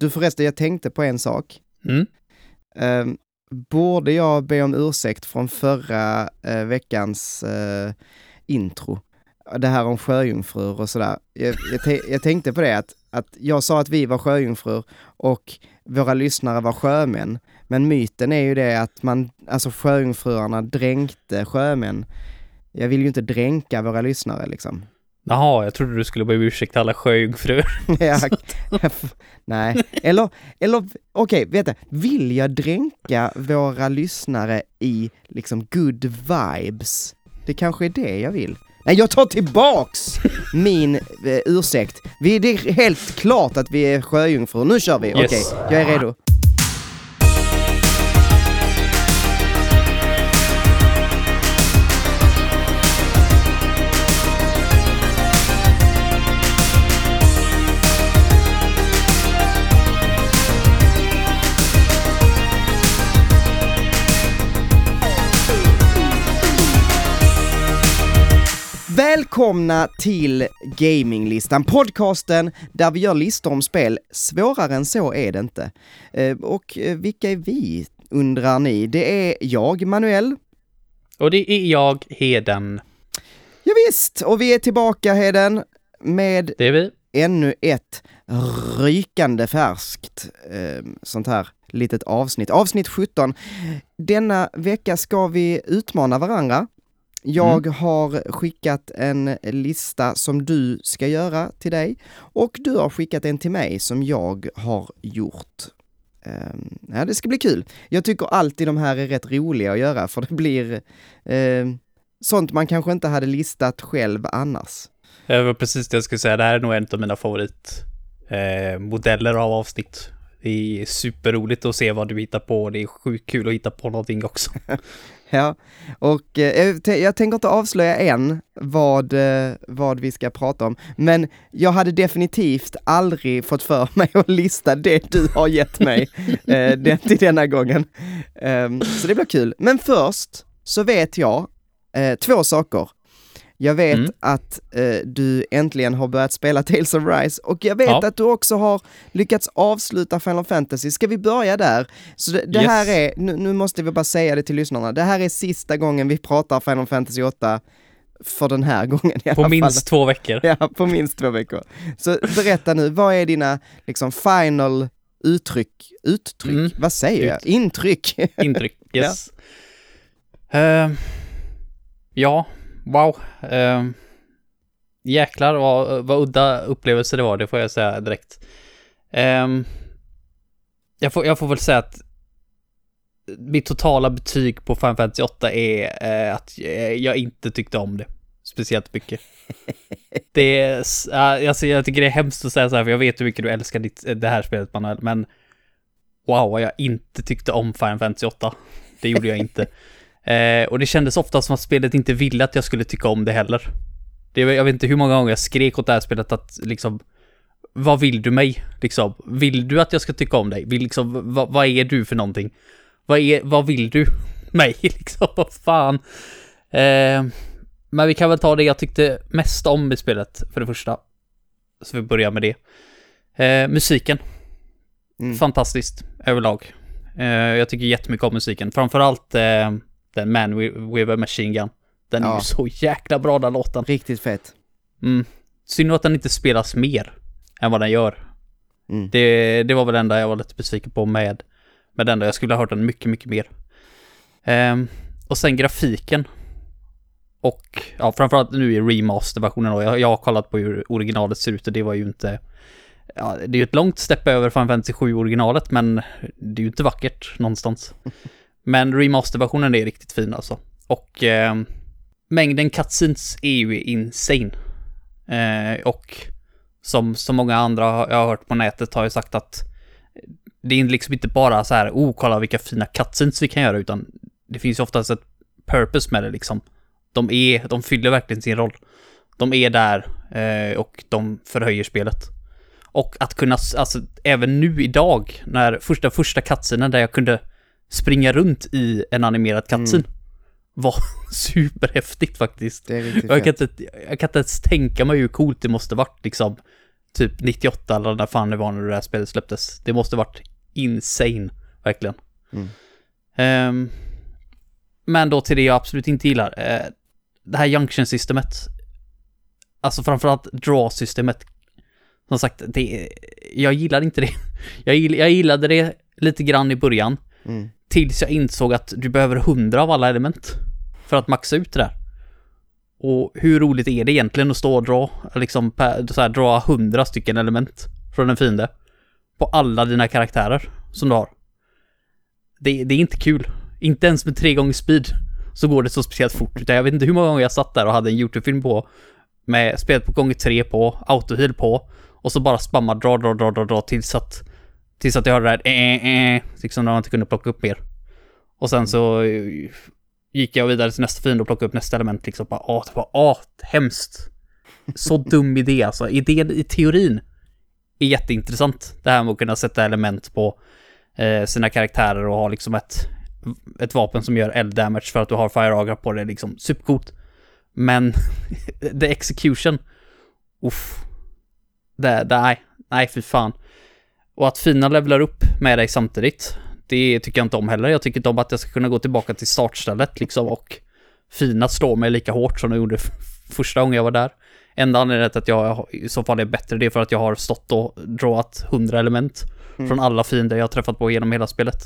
Du förresten, jag tänkte på en sak. Mm. Borde jag be om ursäkt från förra veckans intro? Det här om sjöjungfrur och sådär. Jag tänkte på det att jag sa att vi var sjöjungfrur och våra lyssnare var sjömän. Men myten är ju det att sjöjungfruarna dränkte sjömän. Jag vill ju inte dränka våra lyssnare liksom. Jaha, jag trodde du skulle be om ursäkt till alla sjöjungfrur. Nej. Eller okej, vet du, vill jag dränka våra lyssnare i liksom good vibes? Det kanske är det jag vill. Nej, jag tar tillbaks min ursäkt. Det är helt klart att vi är sjöjungfrur. Nu kör vi. Yes. Okej, jag är redo. Välkomna till Gaminglistan, podcasten där vi gör listor om spel. Svårare än så är det inte. Och vilka är vi, undrar ni? Det är jag, Manuel. Och det är jag, Heden. Ja, visst, och vi är tillbaka, Heden, med Det är vi. ännu ett rykande färskt sånt här litet avsnitt. Avsnitt 17. Denna vecka ska vi utmana varandra. Jag har skickat en lista som du ska göra till dig och du har skickat en till mig som jag har gjort. Ja, det ska bli kul. Jag tycker alltid de här är rätt roliga att göra för det blir sånt man kanske inte hade listat själv annars. Det var precis det jag skulle säga. Det här är nog en av mina favoritmodeller av avsnitt. Det är superroligt att se vad du hittar på. Det är sjukt kul att hitta på någonting också. Ja, och jag tänker inte avslöja än vad vi ska prata om, men jag hade definitivt aldrig fått för mig att lista det du har gett mig till denna gången. Så det blir kul. Men först så vet jag två saker. Jag vet att du äntligen har börjat spela Tales of Rise och jag vet att du också har lyckats avsluta Final Fantasy. Ska vi börja där? Så det här är, nu måste vi bara säga det till lyssnarna, det här är sista gången vi pratar Final Fantasy 8 för den här gången i alla fall. På minst 2 veckor. Ja, på minst 2 veckor. Så berätta nu, vad är dina liksom final uttryck? Vad säger jag? Intryck, yes. Ja. Wow. Jäklar vad udda upplevelse det var, det får jag säga direkt. Jag får väl säga att mitt totala betyg på Final Fantasy 8 är att jag inte tyckte om det speciellt mycket. Jag tycker det är hemskt att säga så här, för jag vet hur mycket du älskar det här spelet, Manuel, men wow, vad jag inte tyckte om Final Fantasy 8. Det gjorde jag inte. Och det kändes ofta som att spelet inte ville att jag skulle tycka om det heller. Jag vet inte hur många gånger jag skrek åt det här spelet att liksom, vad vill du mig? Liksom, vill du att jag ska tycka om dig? Vad är du för någonting? Vad vill du mig? Liksom, vad fan? Men vi kan väl ta det jag tyckte mest om i spelet för det första. Så vi börjar med det. Musiken. Fantastiskt överlag. Jag tycker jättemycket om musiken. Framförallt den Man with a Machine Gun. Den är ju så jäkla bra, den låten. Riktigt fett. Synd att den inte spelas mer än vad den gör. Det var väl det enda jag var lite besviken på med den där. Jag skulle ha hört den mycket, mycket mer. Och sen grafiken. Och ja, framförallt nu i remaster-versionen. Jag har kollat på hur originalet ser ut och det var ju inte... Ja, det är ju ett långt steg över Final Fantasy 7 originalet, men det är ju inte vackert någonstans. Men remaster-versionen är riktigt fin alltså. Och mängden cutscenes är ju insane. Och som många andra jag har hört på nätet har ju sagt att det är liksom inte bara så här, kolla vilka fina cutscenes vi kan göra, utan det finns ju oftast ett purpose med det liksom. De fyller verkligen sin roll. De är där och de förhöjer spelet. Och att kunna, alltså även nu idag, när första cutscenen där jag kunde springa runt i en animerad cutscene var superhäftigt faktiskt. Det är riktigt jag kan inte ens tänka mig hur coolt det måste varit liksom typ 98 eller när fan det var när det här spelet släpptes. Det måste varit insane, verkligen. Men då till det jag absolut inte gillar. Det här junction-systemet. Alltså framförallt draw-systemet. Som sagt, jag gillar inte det. Jag gillade det lite grann i början. Tills jag insåg att du behöver 100 av alla element för att maxa ut det där. Och hur roligt är det egentligen att stå och dra 100 stycken element från en fiende på alla dina karaktärer som du har. Det är inte kul. Inte ens med 3 gånger speed så går det så speciellt fort. Utan jag vet inte hur många gånger jag satt där och hade en YouTube-film på med spelet på gånger 3 på, autoheal på och så bara spamma dra tills att jag hörde det här liksom när man inte kunde plocka upp mer. Och sen så gick jag vidare till nästa fiende och plockade upp nästa element liksom bara, det var hemskt. Så dum idé alltså. Idén i teorin är jätteintressant. Det här med att kunna sätta element på sina karaktärer och ha liksom ett vapen som gör elddamage för att du har fire aura på det, liksom supercoolt. Men the execution, nej fy fan. Och att fina levlar upp med dig samtidigt, det tycker jag inte om heller. Jag tycker inte om att jag ska kunna gå tillbaka till startstället liksom, och fina slår mig lika hårt som de gjorde första gången jag var där. Enda anledningen till att jag i så fall är bättre, det är för att jag har stått och drawat 100 element från alla fiender jag har träffat på genom hela spelet.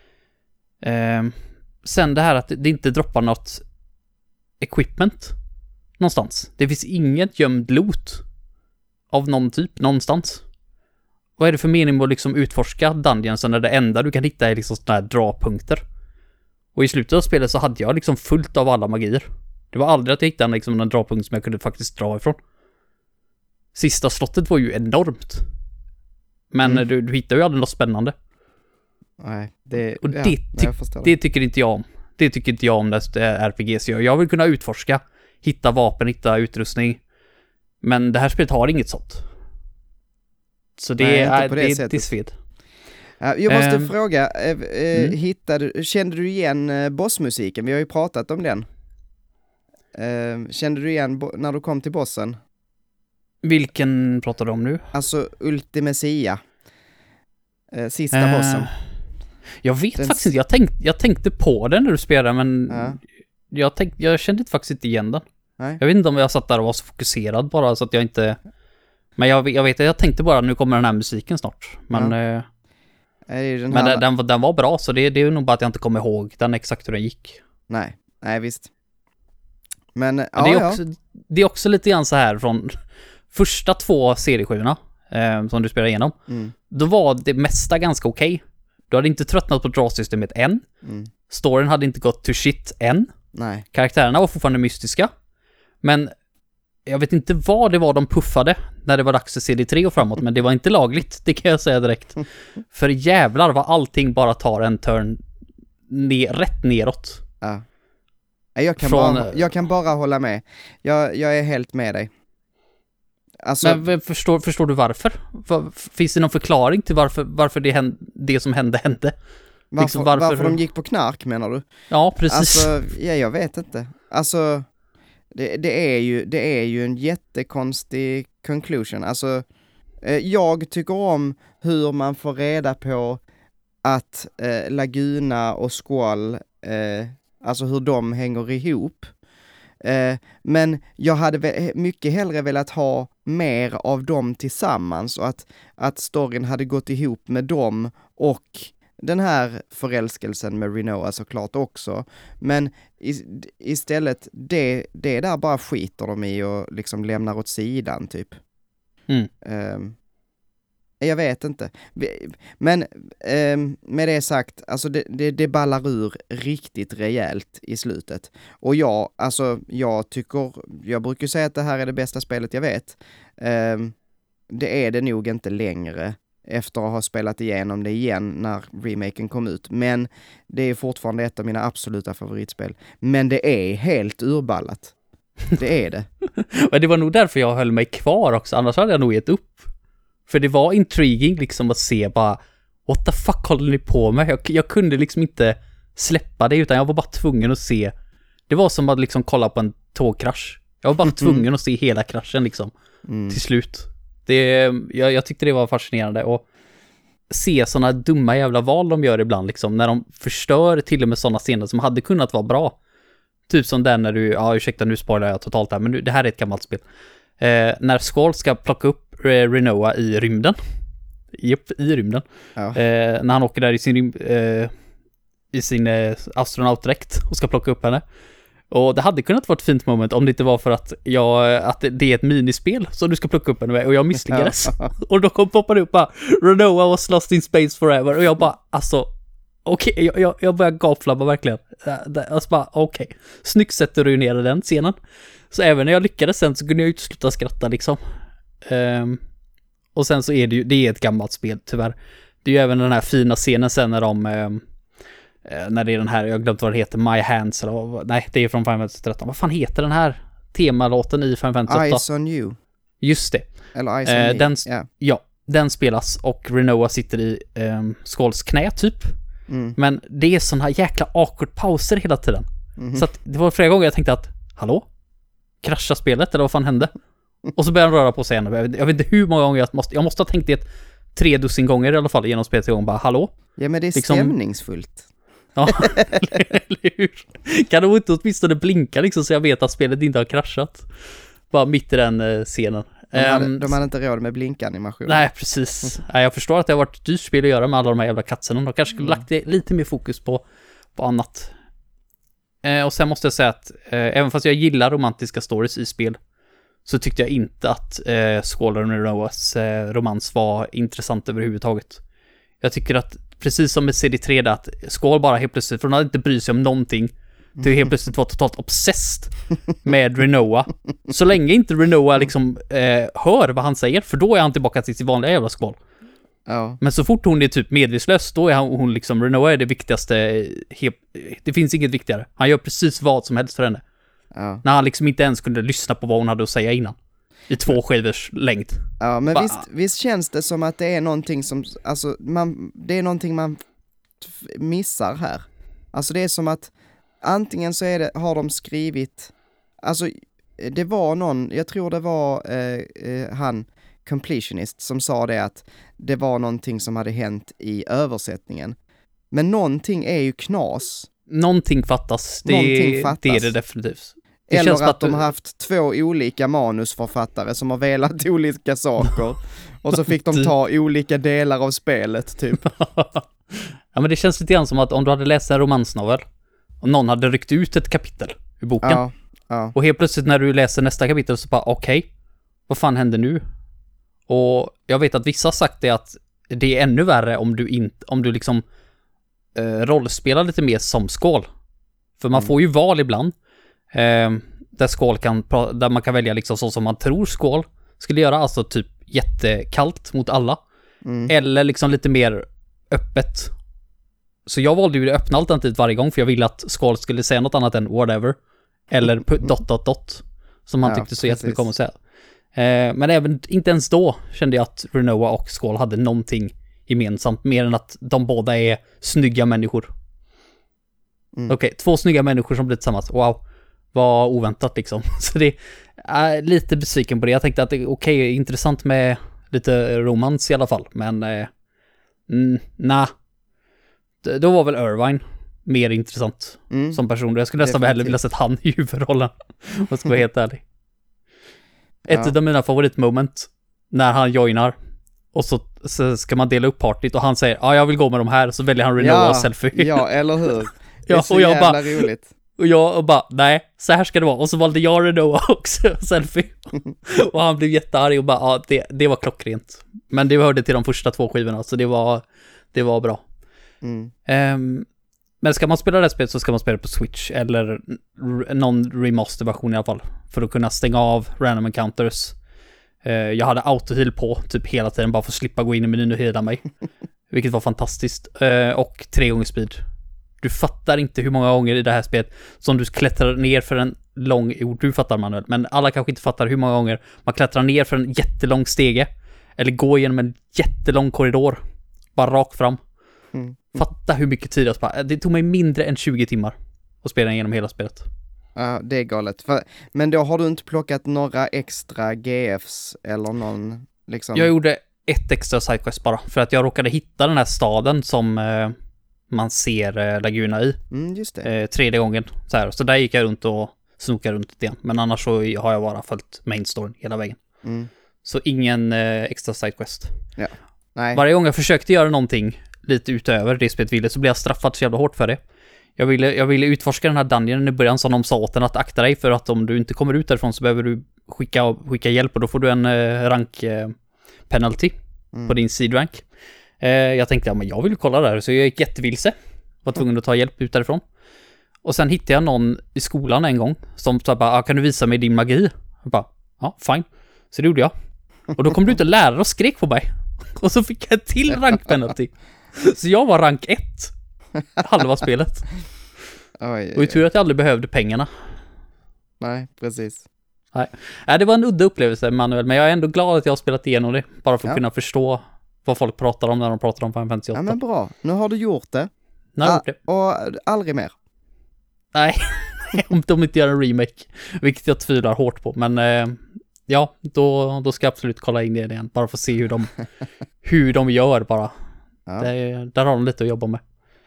Sen det här att det inte droppar något equipment någonstans. Det finns inget gömd loot av någon typ någonstans. Vad är det för mening med att liksom utforska dungeons när det enda du kan hitta är liksom sådana här drapunkter? Och i slutet av spelet så hade jag liksom fullt av alla magier. Det var aldrig att jag hittade liksom en drapunkt som jag kunde faktiskt dra ifrån. Sista slottet var ju enormt. Men du hittar ju aldrig något spännande. Nej, det tycker inte jag om. Det tycker inte jag om det RPGs gör. Jag vill kunna utforska, hitta vapen, hitta utrustning. Men det här spelet har inget sånt. Så det är sved. Jag måste fråga, kände du igen bossmusiken? Vi har ju pratat om den. Kände du igen när du kom till bossen? Vilken pratar du om nu? Alltså Ultimecia. Sista bossen. Jag vet faktiskt inte. Jag tänkte på den när du spelade, men jag kände faktiskt inte igen den. Nej. Jag vet inte om jag satt där och var så fokuserad bara så att jag inte... Men jag vet att jag tänkte bara nu kommer den här musiken snart. Men, den var bra, så det är nog bara att jag inte kommer ihåg den exakt hur den gick. Nej visst. Men det är också lite grann så här från första 2 serieskivorna som du spelar igenom. Då var det mesta ganska okej. Du hade inte tröttnat på draw-systemet än. Storyn hade inte gått to shit än. Nej. Karaktärerna var fortfarande mystiska. Men jag vet inte vad det var de puffade när det var dags för CD3 och framåt, men det var inte lagligt, det kan jag säga direkt. För jävlar vad allting bara tar en turn rätt neråt. Ja. Jag kan bara hålla med. Jag är helt med dig. Alltså, men förstår du varför? Finns det någon förklaring till varför det som hände? Varför de gick på knark, menar du? Ja, precis. Alltså, jag vet inte. Alltså, det är ju en jättekonstig conclusion. Alltså, jag tycker om hur man får reda på att Laguna och Squall, alltså hur de hänger ihop. Men jag hade mycket hellre velat ha mer av dem tillsammans, och att storyn hade gått ihop med dem och den här förälskelsen med Rinoa såklart också. Men istället det där bara skiter de i och liksom lämnar åt sidan typ. Jag vet inte. Men med det sagt, alltså det ballar ur riktigt rejält i slutet. Och jag brukar säga att det här är det bästa spelet jag vet. Det är det nog inte längre efter att ha spelat igenom det igen när remaken kom ut. Men det är fortfarande ett av mina absoluta favoritspel. Men det är helt urballat. Det är det. Och det var nog därför jag höll mig kvar också. Annars hade jag nog gett upp. För det var intriguing liksom att se bara, what the fuck håller ni på med? Jag kunde liksom inte släppa det, utan jag var bara tvungen att se. Det var som att liksom kolla på en tågkrasch. Jag var bara tvungen att se hela kraschen liksom. Till slut. Jag tyckte det var fascinerande och se sådana dumma jävla val de gör ibland liksom, när de förstör till och med sådana scener som hade kunnat vara bra. Typ som den när du, ursäkta nu spoilar jag totalt här, men det här är ett gammalt spel. När Squall ska plocka upp Rinoa i rymden. I rymden. Ja. När han åker där i sin astronautdräkt och ska plocka upp henne. Och det hade kunnat vara ett fint moment om det inte var för att det är ett minispel som du ska plocka upp henne med och jag misslyckades. Och då poppade det upp bara Rinoa was lost in space forever och jag bara, alltså okej, jag började gapflabba verkligen. Alltså bara, okej. Snyggt sätt att ruinera den scenen. Så även när jag lyckades sen så kunde jag ju inte sluta skratta liksom. Och sen så är det är ett gammalt spel tyvärr. Det är ju även den här fina scenen sen när det är den här, jag har glömt vad det heter, My Hands eller nej, det är från Final Fantasy 13. Vad fan heter den här temalåten i Final Fantasy 8? Eyes on You. Just det. Eller Eyes on Me. Yeah. Ja, den spelas och Rinoa sitter i Squalls knä typ. Men det är såna här jäkla awkward pauser hela tiden. Så att det var flera gånger jag tänkte att hallå? Kraschar spelet eller vad fan hände? Och så började han röra på sig igen. Jag vet inte hur många gånger jag måste ha tänkt det 3 dussin gånger i alla fall genom spelet igång. Bara hallå? Ja, men det är liksom stämningsfullt. Ja, eller hur? Kan de inte åtminstone blinka liksom så jag vet att spelet inte har kraschat? Bara mitt i den scenen. De hade inte råd med blinkanimation. Nej, precis. Jag förstår att det har varit dyrt spel att göra med alla de här jävla katserna. De kanske skulle lagt lite mer fokus på annat. Och sen måste jag säga att även fast jag gillar romantiska stories i spel så tyckte jag inte att Squall och Rinoas romans var intressant överhuvudtaget. Jag tycker att precis som med CD3 där, att Squall bara helt plötsligt, för hon hade inte brytt sig om någonting, till helt plötsligt var totalt obsessed med Rinoa. Så länge inte Rinoa liksom hör vad han säger, för då är han tillbaka till sitt vanliga jävla Squall. Ja. Men så fort hon är typ medvetslös, då är hon liksom, Rinoa är det viktigaste, det finns inget viktigare. Han gör precis vad som helst för henne. Ja. När han liksom inte ens kunde lyssna på vad hon hade att säga innan. I 2 skivors längd. Ja, men visst känns det som att det är någonting som, alltså, det är någonting man missar här. Alltså det är som att antingen så har de skrivit, alltså det var någon, jag tror det var han Completionist som sa det, att det var någonting som hade hänt i översättningen. Men någonting är ju knas. Någonting fattas. Det är det definitivt. Det eller känns att de har haft 2 olika manusförfattare som har velat olika saker. Och så fick de ta olika delar av spelet, typ. Ja, men det känns lite grann som att om du hade läst en romansnovel och någon hade ryckt ut ett kapitel ur boken. Ja. Och helt plötsligt när du läser nästa kapitel så bara, okej, vad fan händer nu? Och jag vet att vissa har sagt det, att det är ännu värre om du liksom rollspelar lite mer som Squall. För man får ju val ibland. Där Squall där man kan välja liksom så som man tror Squall skulle göra, alltså typ jättekallt mot alla, eller liksom lite mer öppet. Så jag valde ju det öppna alternativet varje gång, för jag ville att Squall skulle säga något annat än whatever eller ... som han tyckte så jättemycket om att säga. Men även inte ens då kände jag att Rinoa och Squall hade någonting gemensamt, mer än att de båda är snygga människor. Okej, 2 snygga människor som blir tillsammans. Wow, vad oväntat liksom. Så det är lite besviken på det. Jag tänkte att det är okej, intressant med lite romans i alla fall. Men då var väl Irvine mer intressant som person. Jag skulle nästan hellre vilja sett han i huvudrollen. Jag ska vara helt ärlig. Ett av mina favoritmoment när han joinar och så ska man dela upp partyt och han säger, jag vill gå med de här, så väljer han Rinoa selfie. Ja, eller hur? Det är så jävla roligt. Och jag bara, nej, så här ska det vara. Och så valde jag Rinoa också, selfie. Och han blev jättearg och bara, det var klockrent. Men det hörde till de första 2 skivorna, så det var bra. Men ska man spela det här spelet så ska man spela det på Switch eller någon remaster-version i alla fall, för att kunna stänga av random encounters. Jag hade autoheal på typ hela tiden bara för att slippa gå in i menyn och hela mig. Vilket var fantastiskt. Och 3 gånger speed. Du fattar inte hur många gånger i det här spelet som du klättrar ner för en lång... Du fattar, Manuel, men alla kanske inte fattar hur många gånger man klättrar ner för en jättelång stege. Eller går genom en jättelång korridor. Bara rakt fram. Fatta hur mycket tid jag sparade. Det tog mig mindre än 20 timmar att spela igenom hela spelet. Ja, det är galet. Men då har du inte plockat några extra GFs eller någon liksom? Jag gjorde ett extra sidequest bara, för att jag råkade hitta den här staden som man ser Laguna i. Just det. Tredje gången. Så där gick jag runt och snokade runt lite igen. Men annars så har jag bara följt main storyn hela vägen. Så ingen extra sidequest. Ja. Nej. Varje gång jag försökte göra någonting lite utöver det spelet ville, så blev jag straffad så jävla hårt för det. Jag ville utforska den här dungeonen i början, som de sa åt en att akta dig, för att om du inte kommer ut därifrån så behöver du skicka hjälp, och då får du en rank penalty på din seed rank. Jag tänkte, men jag vill kolla där, så jag gick jättevilse. Var tvungen att ta hjälp ut därifrån. Och sen hittade jag någon i skolan en gång som sa bara, kan du visa mig din magi? Jag bara, ja, fine. Så det gjorde jag. Och då kom du ut och lärare och skrek på mig. Och så fick jag ett till rank penalty. Så jag var rank 1. Halva spelet. Oj. Och i tur att jag aldrig behövde pengarna. Nej, precis. Nej, det var en udda upplevelse, Manuel. Men jag är ändå glad att jag har spelat igenom det. Bara för att kunna förstå vad folk pratar om när de pratar om Final Fantasy 8. Ja, men bra. Nu har du gjort det. Och aldrig mer. Nej, om de inte gör en remake. Vilket jag tvivlar hårt på. Men ja, då ska jag absolut kolla in det igen. Bara för att se hur de gör bara. Ja. Där har de lite att jobba med.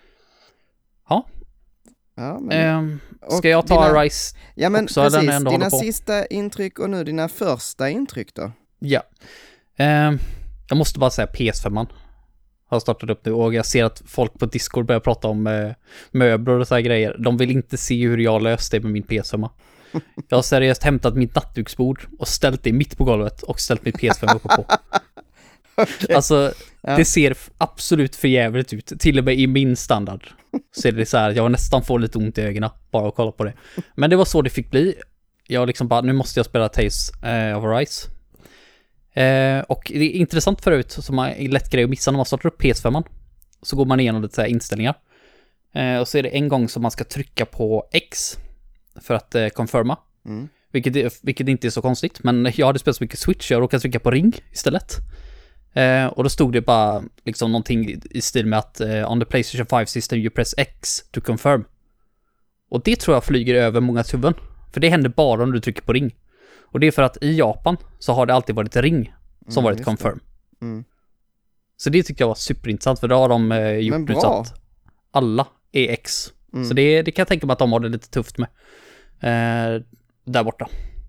Ja, men... ska jag ta Rise? Ja, men också, precis. Dina sista intryck och nu dina första intryck då? Ja. Jag måste bara säga PS5-man har startat upp nu, och jag ser att folk på Discord börjar prata om möbler och så här grejer. De vill inte se hur jag löst det med min PS5. Jag har seriöst hämtat mitt nattduksbord och ställt det mitt på golvet och ställt mitt PS5 uppe på. Okay. Alltså, det ser absolut förjävligt ut. Till och med i min standard så är det så här, jag nästan får lite ont i ögonen bara att kolla på det. Men det var så det fick bli. Jag liksom bara, nu måste jag spela Tales of Arise. Och det är intressant förut, som är lätt grej att missa när man startar upp PS5. Så går man igenom lite så här inställningar. Och så är det en gång som man ska trycka på X för att confirma. Vilket inte är så konstigt. Men jag hade spelat så mycket Switch, jag råkade trycka på ring istället. Och då stod det bara liksom någonting i stil med att on the PlayStation 5 system you press X to confirm. Och det tror jag flyger över många huvuden. För det händer bara om du trycker på ring. Och det är för att i Japan så har det alltid varit ring som varit confirm. Så det tyckte jag var superintressant, för då har de gjort ut så att alla är X. Så det kan jag tänka mig att de har det lite tufft med där borta.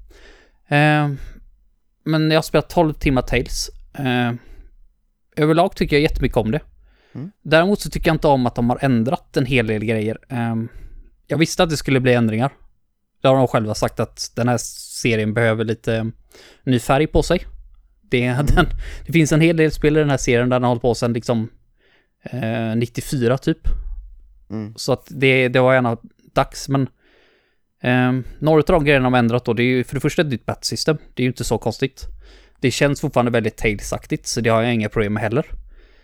Men jag har spelat 12 timmar Tales. Överlag tycker jag jättemycket om det. Däremot så tycker jag inte om att de har ändrat en hel del grejer. Jag visste att det skulle bli ändringar. Det har de själva sagt, att den här serien behöver lite ny färg på sig. Det finns en hel del spel i den här serien där den har hållit på sedan liksom 94 typ. Så att det var gärna dags. Men några av de grejerna de har ändrat då, det är ju för det första ett nytt battle system. Det är ju inte så konstigt. Det känns fortfarande väldigt Tales-aktigt, så det har jag inga problem med heller.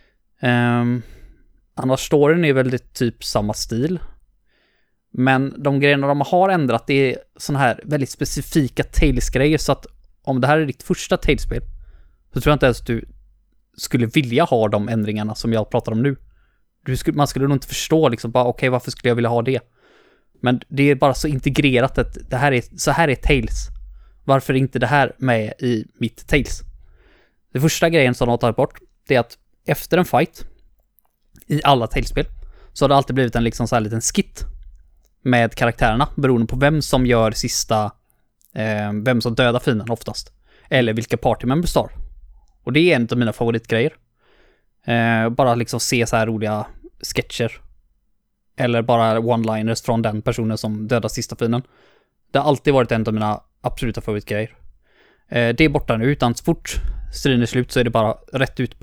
Annars storyn är väldigt typ samma stil. Men de grejerna de har ändrat, det är såna här väldigt specifika Tales-grejer, så att om det här är ditt första Tales-spel så tror jag inte ens du skulle vilja ha de ändringarna som jag pratar om nu. Man skulle nog inte förstå liksom bara, okej, varför skulle jag vilja ha det? Men det är bara så integrerat att så här är Tales. Varför är inte det här med i mitt Tales? Det första grejen som de har tagit bort, det är att efter en fight i alla Tales-spel så har det alltid blivit en liksom så här liten skit med karaktärerna, beroende på vem som gör sista vem som dödar fienden oftast, eller vilka party members har. Och det är en av mina favoritgrejer. Bara liksom se så här roliga sketcher eller bara one-liners från den personen som dödar sista fienden. Det har alltid varit en av mina absoluta favoritgrejer. Det är borta nu, utan så fort striden är slut så är det bara rätt ut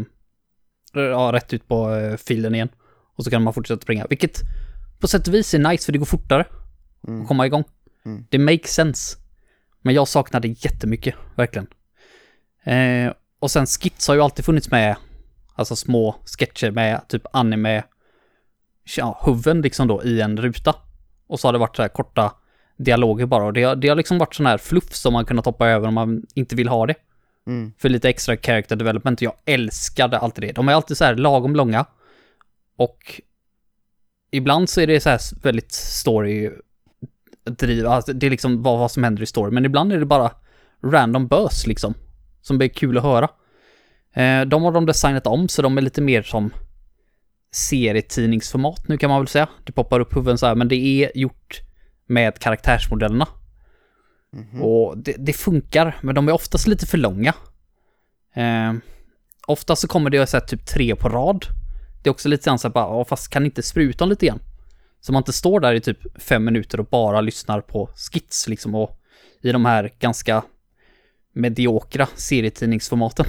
på filen igen. Och så kan man fortsätta springa. Vilket på sätt och vis är nice, för det går fortare att komma igång. Det makes sense. Men jag saknar det jättemycket, verkligen. Och sen skits har ju alltid funnits med, alltså små sketcher med typ anime, huvuden liksom då i en ruta. Och så har det varit så här korta dialoger bara. Och det har liksom varit sån här fluff som man kunnat hoppa över om man inte vill ha det. För lite extra character development. Jag älskade alltid det. De är alltid så här lagom långa. Och ibland så är det så här väldigt story driv. Alltså det är liksom vad som händer i story. Men ibland är det bara random buzz liksom. som blir kul att höra. De har de designat om, så de är lite mer som serietidningsformat nu kan man väl säga. Det poppar upp huvuden så här, men det är gjort med karaktärsmodellerna. Och det funkar, men de är oftast lite för långa. Ofta så kommer det att säga typ 3 på rad. Det är också lite grann så bara, fast kan inte spruta dem lite grann? Så man inte står där i typ 5 minuter och bara lyssnar på skits liksom, och i de här ganska mediokra serietidningsformaten.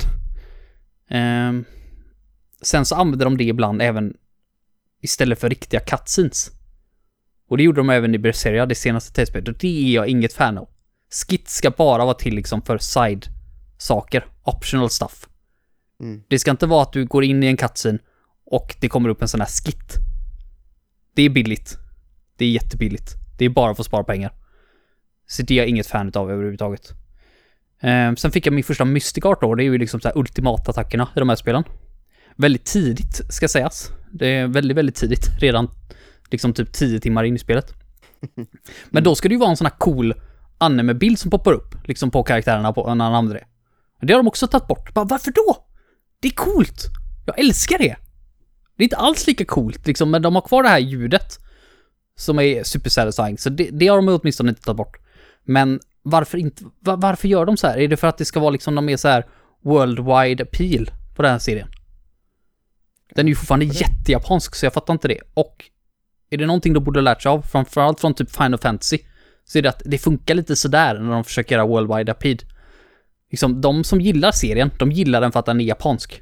Sen så använder de det ibland även istället för riktiga cutscenes. Och det gjorde de även i Berseria, det senaste testspelet. Och det är jag inget fan av. Skits ska bara vara till liksom för side-saker, optional stuff. Det ska inte vara att du går in i en cutscene och det kommer upp en sån här skit. Det är billigt. Det är jättebilligt. Det är bara för att spara pengar. Så det är jag inget fan av överhuvudtaget. Sen fick jag min första Mystic Art då. Det är ju liksom så här ultimata-attackerna i de här spelen. Väldigt tidigt ska sägas. Det är väldigt, väldigt tidigt. Redan liksom typ 10 timmar in i spelet. Men då ska det ju vara en sån här cool anime-bild som poppar upp liksom på karaktärerna på en annan det. Det har de också tagit bort. Bara, varför då? Det är coolt. Jag älskar det. Det är inte alls lika coolt liksom, men de har kvar det här ljudet som är super satisfying. Så det har de åtminstone inte tagit bort. Men varför inte? Varför gör de så här? Är det för att det ska vara liksom de är så här worldwide appeal på den här serien? Den är ju fortfarande jättejapansk, så jag fattar inte det. Och är det någonting de borde ha lärt sig av, framförallt från typ Final Fantasy, så är det att det funkar lite sådär när de försöker göra worldwide appeal. Liksom, de som gillar serien, de gillar den för att den är japansk.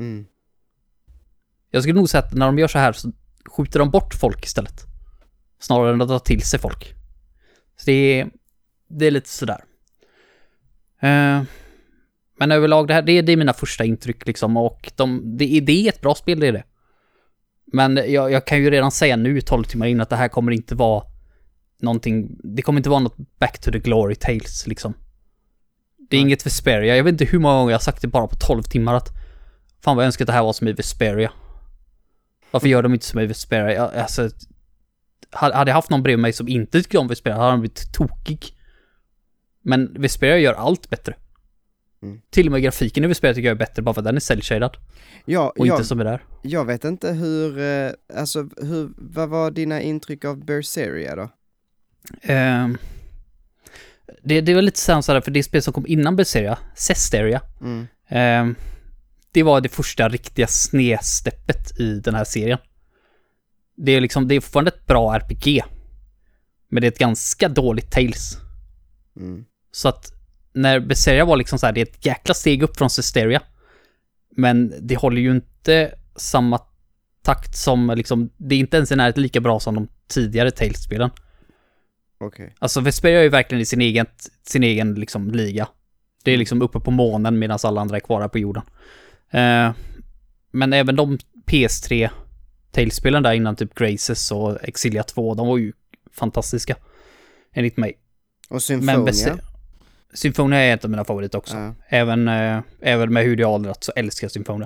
Jag skulle nog säga att när de gör så här så skjuter de bort folk istället. Snarare än att dra till sig folk. Så det är lite sådär. Men överlag det är mina första intryck liksom. Och det är ett bra spel, det är det. Men jag kan ju redan säga nu 12 timmar in att det här kommer inte vara någonting. Det kommer inte vara något Back to the Glory Tales liksom. Det är inget Vesperia. Jag vet inte hur många gånger jag har sagt det bara på 12 timmar att fan vad jag önskar att det här var som i Vesperia. Varför gör de inte som i Vesperia? Alltså, hade jag haft någon bredvid mig som inte tycker om Vesperia hade de blivit tokig. Men Vesperia gör allt bättre. Till och med grafiken i Vesperia tycker jag är bättre bara för att den är cell-shaded. Ja, och inte som är där. Jag vet inte vad var dina intryck av Berseria då? Det var lite sådär, för det spel som kom innan Berseria, Zestiria, det var det första riktiga snedsteppet i den här serien. Det är fortfarande ett bra RPG, men det är ett ganska dåligt Tales. Så att när Berseria var liksom så här, det är ett jäkla steg upp från Zestiria, men det håller ju inte samma takt som liksom, det är inte ens lika bra som de tidigare Tales-spelen. Okay. Alltså Vesperia är ju verkligen i sin egen liksom liga. Det är liksom uppe på månen medan alla andra är kvar här på jorden. Men även de PS3 Tales-spelen där innan typ Graces och Exilia 2, de var ju fantastiska enligt mig. Och Symphonia? Symphonia är ett av mina favoriter också. Även med hur det har åldrats så älskar jag Symphonia.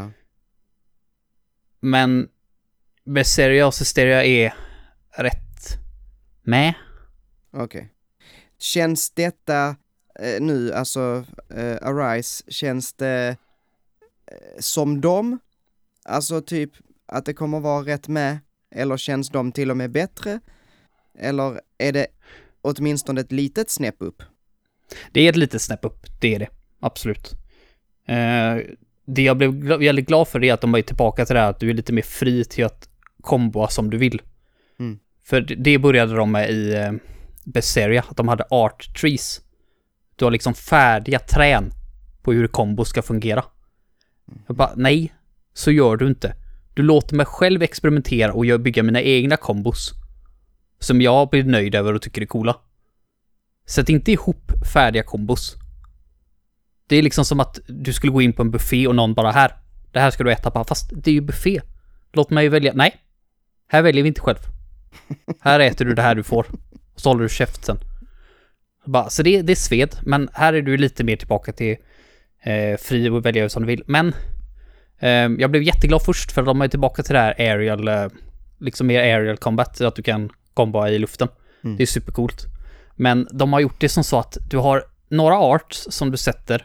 Men Berseria och Zestiria är rätt med. Okej. Känns detta nu, alltså Arise, känns det som dem? Alltså typ att det kommer vara rätt med? Eller känns de till och med bättre? Eller är det åtminstone ett litet snäpp upp? Det är ett litet snäpp upp, det är det. Absolut. Det jag blev väldigt glad för är att de är tillbaka till det här att du är lite mer fri till att komboa som du vill. För det började de med i Berseria, att de hade art trees. Du har liksom färdiga trän på hur kombo ska fungera. Jag bara, nej, så gör du inte. Du låter mig själv experimentera och bygga mina egna kombos som jag blir nöjd över och tycker är coola. Sätt inte ihop färdiga kombos. Det är liksom som att du skulle gå in på en buffé och någon bara det här ska du äta på, fast det är ju buffé. Låt mig välja. Nej, här väljer vi inte själv. Här äter du det här du får. Och så håller du käft sen. Så det är sved. Men här är du lite mer tillbaka till fri och välja som du vill. Men jag blev jätteglad först för de är tillbaka till det här aerial, liksom mer aerial combat. Att du kan komba i luften. Det är supercoolt. Men de har gjort det som så att du har några arts som du sätter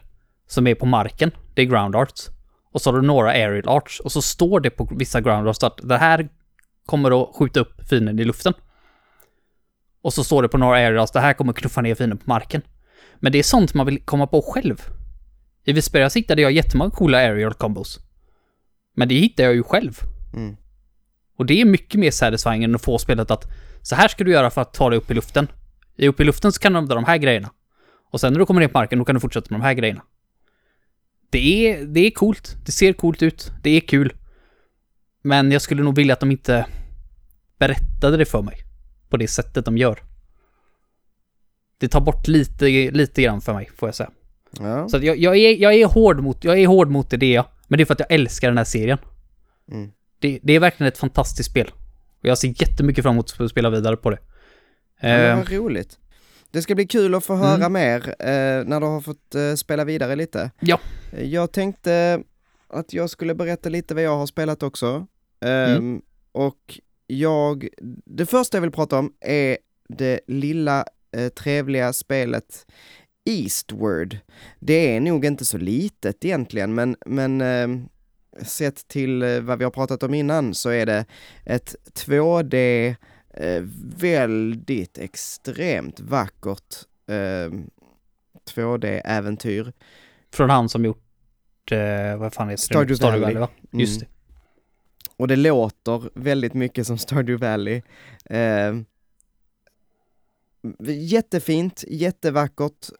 som är på marken. Det är ground arts. Och så har du några aerial arts. Och så står det på vissa ground arts att det här kommer att skjuta upp fienden i luften. Och så står det på några aerial arts, det här kommer knuffa ner fienden på marken. Men det är sånt man vill komma på själv. I Vesperia hittade jag jättemånga coola aerial combos. Men det hittar jag ju själv. Mm. Och det är mycket mer satisfying än att få spelet att så här ska du göra för att ta dig upp i luften. Upp i luften så kan du använda de här grejerna. Och sen när du kommer ner på marken då kan du fortsätta med de här grejerna. Det är coolt. Det ser coolt ut. Det är kul. Men jag skulle nog vilja att de inte berättade det för mig på det sättet de gör. Det tar bort lite grann för mig, får jag säga. Ja. Så att jag är hård mot det, men det är för att jag älskar den här serien. Mm. Det är verkligen ett fantastiskt spel. Och jag ser jättemycket fram emot att spela vidare på det. Ja, vad roligt. Det ska bli kul att få höra mer när du har fått spela vidare lite. Ja. Jag tänkte att jag skulle berätta lite vad jag har spelat också. Och det första jag vill prata om är det lilla trevliga spelet Eastward. Det är nog inte så litet egentligen, men sett till vad vi har pratat om innan så är det ett 2D väldigt extremt vackert 2D-äventyr. Från han som gjort vad fan heter det? Stardew Valley, va? Just det. Och det låter väldigt mycket som Stardew Valley. Jättefint, jättevackert.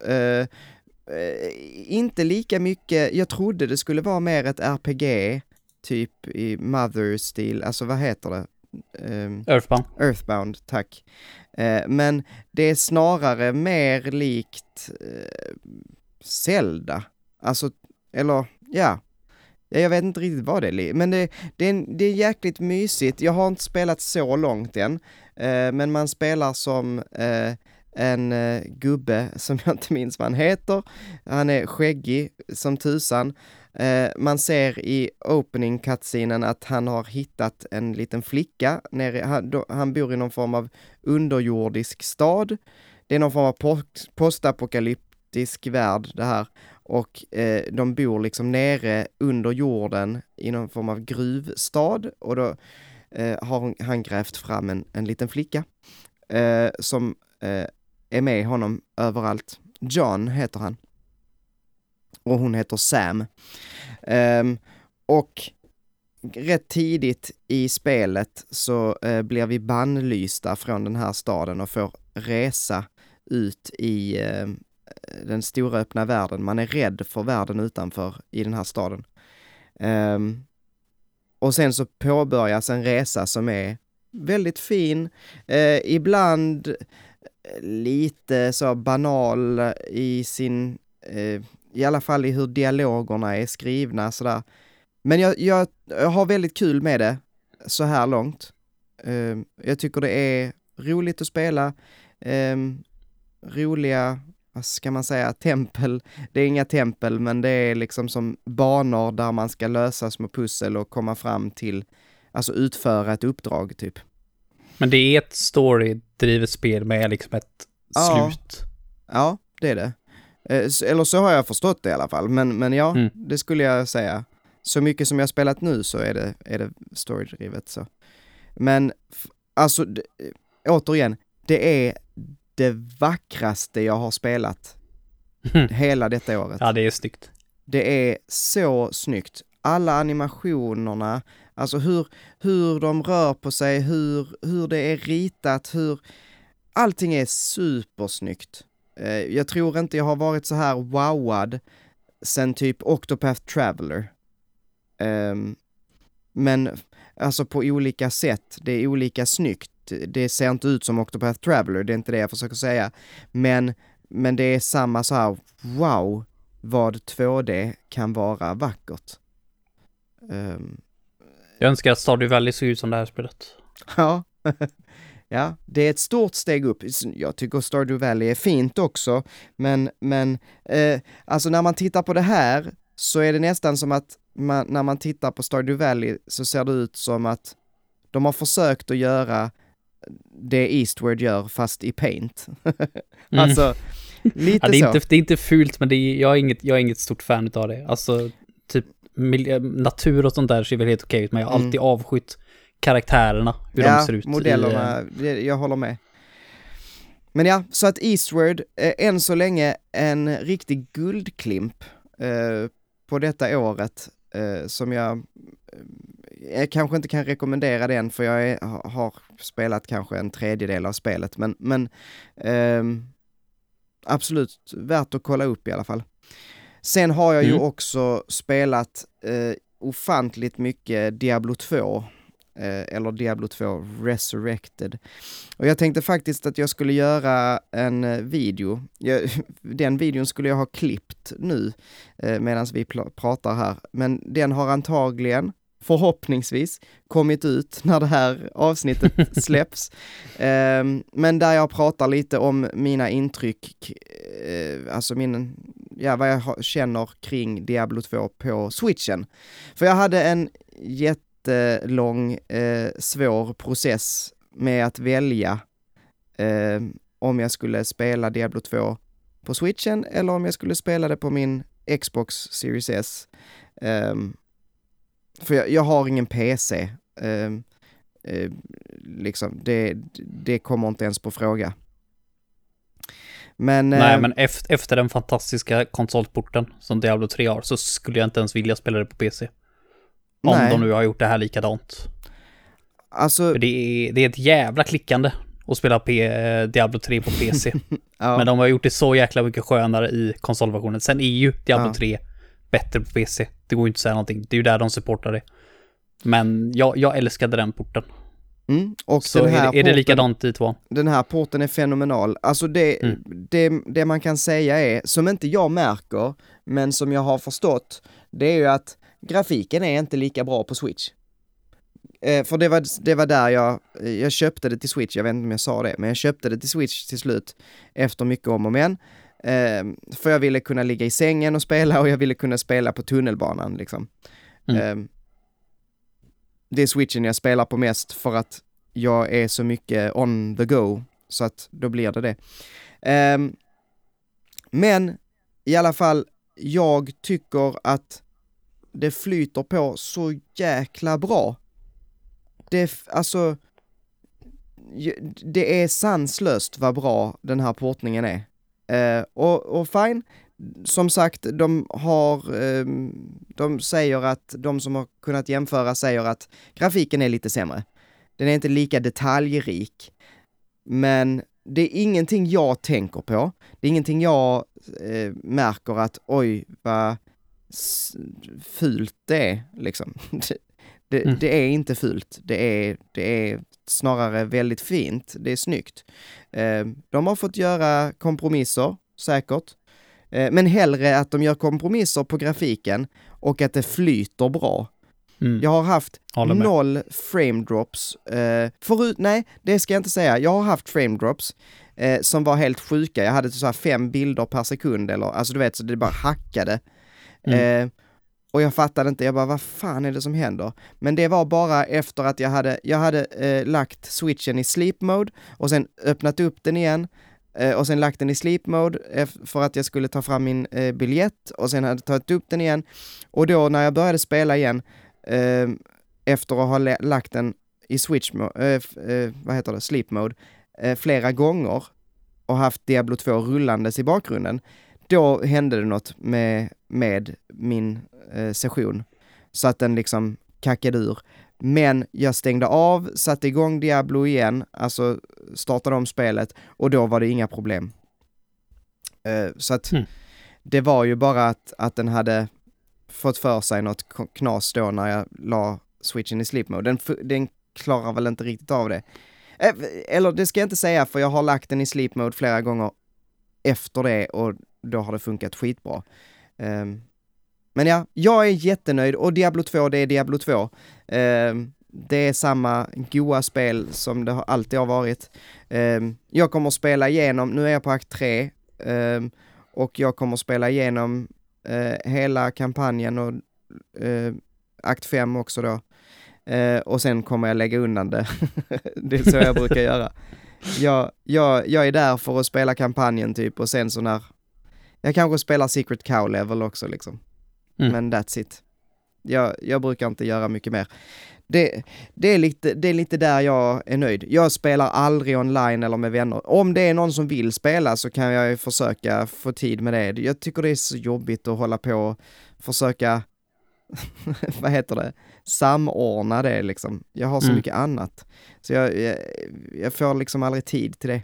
Inte lika mycket, jag trodde det skulle vara mer ett RPG typ i Mother-stil, alltså vad heter det? Earthbound, tack. Men det är snarare mer likt Zelda. Alltså, eller ja. Jag vet inte riktigt vad det är. Men det är jäkligt mysigt. Jag har inte spelat så långt än. Men man spelar som en gubbe som jag inte minns vad han heter. Han är skäggig som tusan. Man ser i opening cutscenen att han har hittat en liten flicka. Han bor i någon form av underjordisk stad. Det är någon form av postapokalyptisk värld det här. Och de bor liksom nere under jorden i någon form av gruvstad. Och då har han grävt fram en liten flicka som är med honom överallt. John heter han. Och hon heter Sam. Och rätt tidigt i spelet så blir vi bannlysta från den här staden och får resa ut i den stora öppna världen. Man är rädd för världen utanför i den här staden. Och sen så påbörjas en resa som är väldigt fin. Ibland lite så banal i sin... I alla fall i hur dialogerna är skrivna. Sådär. Men jag har väldigt kul med det så här långt. Jag tycker det är roligt att spela. Roliga... Vad ska man säga? Tempel. Det är inga tempel, men det är liksom som banor där man ska lösa små pussel och komma fram till, alltså utföra ett uppdrag typ. Men det är ett story-drivet spel med liksom ett slut. Ja, det är det. Eller så har jag förstått det i alla fall. Men ja, det skulle jag säga. Så mycket som jag har spelat nu så är det story-drivet så. Men alltså, återigen, det är det vackraste jag har spelat hela detta året. Ja, det är snyggt. Det är så snyggt. Alla animationerna, alltså hur de rör på sig, hur det är ritat, allting är supersnyggt. Jag tror inte jag har varit så här wowad sen typ Octopath Traveler. Men alltså på olika sätt, det är olika snyggt. Det ser inte ut som Octopath Traveler, det är inte det jag försöker säga. Men det är samma så här, wow, vad 2D kan vara vackert. Jag önskar att Stardew Valley såg ut som det här spelet. Ja, ja, det är ett stort steg upp. Jag tycker Stardew Valley är fint också. Men alltså när man tittar på det här så är det nästan som att när man tittar på Stardew Valley så ser det ut som att de har försökt att göra det Eastward gör fast i Paint. Alltså, Lite Ja, så. det är inte fult, men jag är inget stort fan av det. Alltså, typ natur och sånt där ser väl helt okej ut, men jag har alltid avskytt karaktärerna, hur de ser ut. Modellerna, jag håller med. Men ja, så att Eastward, än så länge en riktig guldklimp på detta året, som jag kanske inte kan rekommendera den, för jag har spelat kanske en tredjedel av spelet, men absolut värt att kolla upp i alla fall. Sen har jag ju också spelat ofantligt mycket Diablo 2, eller Diablo 2 Resurrected. Och jag tänkte faktiskt att jag skulle göra en video. Den videon skulle jag ha klippt nu medan vi pratar här. Men den har antagligen, förhoppningsvis, kommit ut när det här avsnittet släpps. Men där jag pratar lite om mina intryck, alltså vad jag känner kring Diablo 2 på Switchen. För jag hade en jättelång, svår process med att välja om jag skulle spela Diablo 2 på Switchen eller om jag skulle spela det på min Xbox Series S. För jag har ingen PC. Liksom, det kommer inte ens på fråga. Men, nej, men efter den fantastiska konsolporten som Diablo 3 har, så skulle jag inte ens vilja spela det på PC. Om de nu har gjort det här likadant. Alltså, för det är ett jävla klickande att spela Diablo 3 på PC. Ja. Men de har gjort det så jäkla mycket skönare i konsolversionen. Sen är ju Diablo 3 bättre på PC. Det går ju inte att säga någonting. Det är ju där de supportar det. Men jag älskade den porten. Och så den här är det likadant i 2? Den här porten är fenomenal. Alltså det man kan säga är, som inte jag märker, men som jag har förstått, det är ju att grafiken är inte lika bra på Switch. För det var där jag köpte det till Switch, jag vet inte om jag sa det, men jag köpte det till Switch till slut efter mycket om och men. För jag ville kunna ligga i sängen och spela, och jag ville kunna spela på tunnelbanan liksom. Det är Switchen jag spelar på mest för att jag är så mycket on the go, så att då blir det. Men i alla fall, jag tycker att det flyter på så jäkla bra. Det är sanslöst vad bra den här portningen är. Och fine, som sagt, de säger att de som har kunnat jämföra säger att grafiken är lite sämre. Den är inte lika detaljrik. Men det är ingenting jag tänker på. Det är ingenting jag märker att oj, vad fult det är liksom. Det är inte fult. Det är snarare väldigt fint. Det är snyggt. De har fått göra kompromisser, säkert. Men hellre att de gör kompromisser på grafiken och att det flyter bra. Jag har haft 0 frame drops. Nej, det ska jag inte säga. Jag har haft frame drops som var helt sjuka. Jag hade så här 5 bilder per sekund. Alltså du vet, så det bara hackade. Och jag fattade inte, jag bara, vad fan är det som händer? Men det var bara efter att jag hade lagt switchen i sleep mode och sen öppnat upp den igen och sen lagt den i sleep mode för att jag skulle ta fram min biljett, och sen hade tagit upp den igen, och då när jag började spela igen efter att ha lagt den i sleep mode flera gånger och haft Diablo 2 rullandes i bakgrunden, då hände det något med min session, så att den liksom kackade ur. Men jag stängde av, satte igång Diablo igen, alltså startade om spelet, och då var det inga problem. Så att det var ju bara att den hade fått för sig något knas då när jag la switchen i sleep mode. Den klarar väl inte riktigt av det. Eller det ska jag inte säga, för jag har lagt den i sleep mode flera gånger efter det, och då har det funkat skitbra. Men ja, jag är jättenöjd, och Diablo 2, det är Diablo 2. Det är samma goa spel som det alltid har varit. Jag kommer att spela igenom, nu är jag på akt 3, och jag kommer att spela igenom hela kampanjen och akt 5 också då. Och sen kommer jag lägga undan det. Det är så jag brukar göra. jag är där för att spela kampanjen typ, och sen så när jag kanske spelar Secret Cow level också liksom. Men that's it. Jag brukar inte göra mycket mer. Det är lite där jag är nöjd. Jag spelar aldrig online eller med vänner. Om det är någon som vill spela så kan jag ju försöka få tid med det. Jag tycker det är så jobbigt att hålla på och försöka vad heter det? Samordna det liksom. Jag har så mycket annat. Så jag får liksom aldrig tid till det.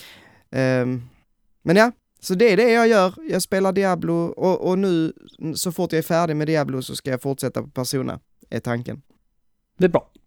Men ja, så det är det jag gör. Jag spelar Diablo och nu så fort jag är färdig med Diablo så ska jag fortsätta på Persona, är tanken. Det är bra.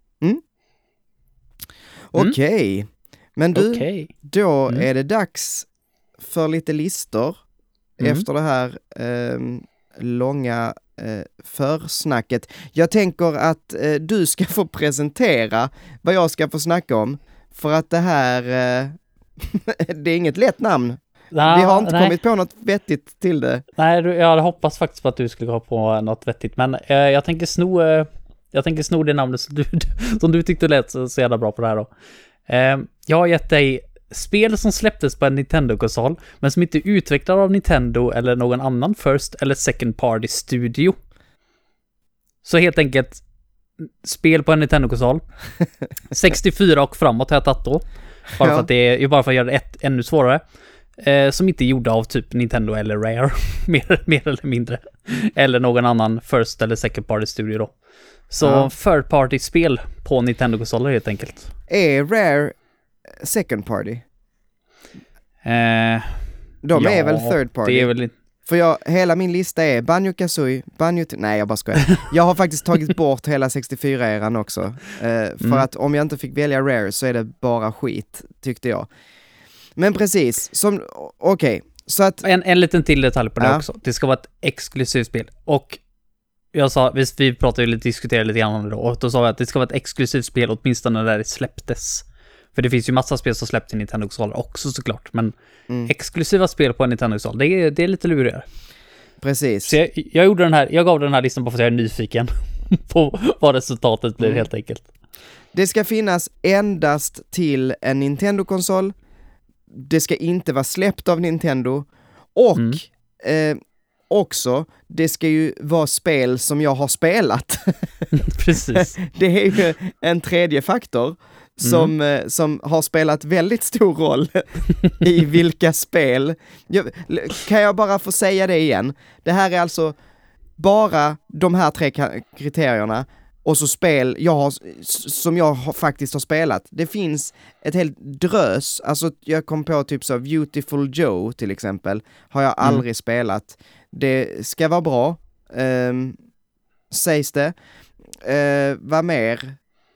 Okej. Men du, då är det dags för lite listor efter det här långa försnacket. Jag tänker att du ska få presentera vad jag ska få snacka om, för att det här det är inget lätt namn. Vi har inte kommit på något vettigt till det. Nej, jag hade hoppats faktiskt på att du skulle gå på något vettigt, men jag tänker sno det namnet som du tyckte lät så jävla bra på det här då. Jag har gett dig spel som släpptes på en Nintendo-konsol men som inte är utvecklade av Nintendo eller någon annan first eller second party studio. Så helt enkelt spel på en Nintendo-konsol 64 och framåt har jag tagit då. Bara för att bara för att göra det ännu svårare. Som inte är gjorda av typ Nintendo eller Rare mer eller mindre. Eller någon annan first eller second party studio då. Så third party spel på Nintendo-konsoler helt enkelt. Är Rare second party? De är väl third party? Det är väl... För hela min lista är Banjo-Kazooie, nej jag bara skojar. Jag har faktiskt tagit bort hela 64-eran också. För att om jag inte fick välja Rare så är det bara skit, tyckte jag. Men precis, okej. Så att... En liten till detalj på det också. Det ska vara ett exklusivt spel. Och jag sa, vi diskuterade lite grann om det då. Och då sa jag att det ska vara ett exklusivt spel åtminstone när det släpptes. För det finns ju massa spel som släppts i Nintendo-konsoler också såklart. Men exklusiva spel på en Nintendo-konsol, det är lite lurigare. Precis. Så jag gav den här listan bara för att jag är nyfiken på vad resultatet blir helt enkelt. Det ska finnas endast till en Nintendo-konsol. Det ska inte vara släppt av Nintendo. Och också, det ska ju vara spel som jag har spelat. Precis. Det är ju en tredje faktor som har spelat väldigt stor roll i vilka spel. Kan jag bara få säga det igen? Det här är alltså bara de här 3 kriterierna och så spel som jag faktiskt har spelat. Det finns ett helt drös, alltså jag kom på typ så Beautiful Joe till exempel, har jag aldrig spelat. Det ska vara bra, sägs det. Vad mer?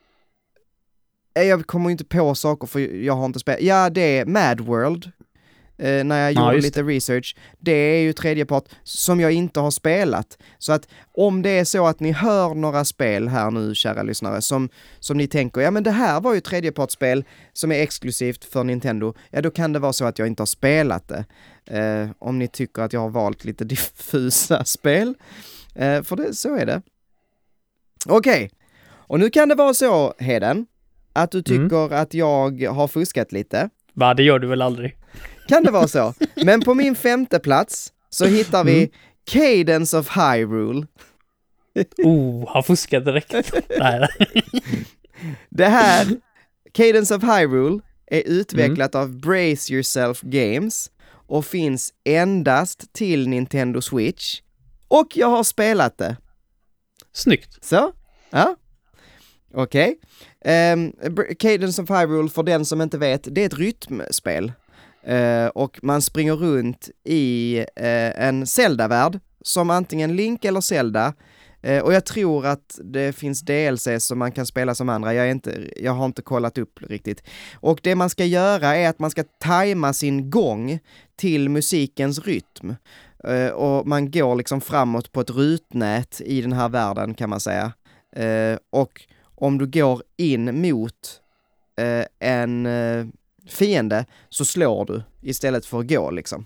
Jag kommer inte på saker för jag har inte spelat. Ja, det är Mad World. När jag gjorde lite research. Det är ju tredje part som jag inte har spelat. Så att om det är så att ni hör några spel här nu, kära lyssnare, som ni tänker, ja men det här var ju tredjepartsspel som är exklusivt för Nintendo. Ja, då kan det vara så att jag inte har spelat det. Om ni tycker att jag har valt lite diffusa spel. För så är det. Okej. Och nu kan det vara så, Heden, att du tycker att jag har fuskat lite. Va, det gör du väl aldrig? Kan det vara så? Men på min 5:e plats så hittar vi Cadence of Hyrule. Han fuskar direkt. Nej. Det här, Cadence of Hyrule, är utvecklat av Brace Yourself Games och finns endast till Nintendo Switch. Och jag har spelat det. Snyggt. Så, ja. Okej. Cadence of Hyrule, för den som inte vet, det är ett rytmspel. Och man springer runt i en Zelda-värld som antingen Link eller Zelda. Och jag tror att det finns DLC som man kan spela som andra. Jag har inte kollat upp riktigt. Och det man ska göra är att man ska tajma sin gång till musikens rytm. Och man går liksom framåt på ett rutnät i den här världen, kan man säga. Och om du går in mot en fiende så slår du istället för att gå liksom.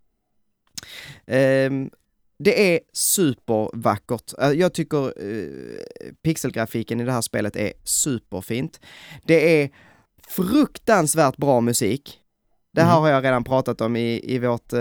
Det är supervackert. Jag tycker pixelgrafiken i det här spelet är superfint. Det är fruktansvärt bra musik. Det här har jag redan pratat om i vårt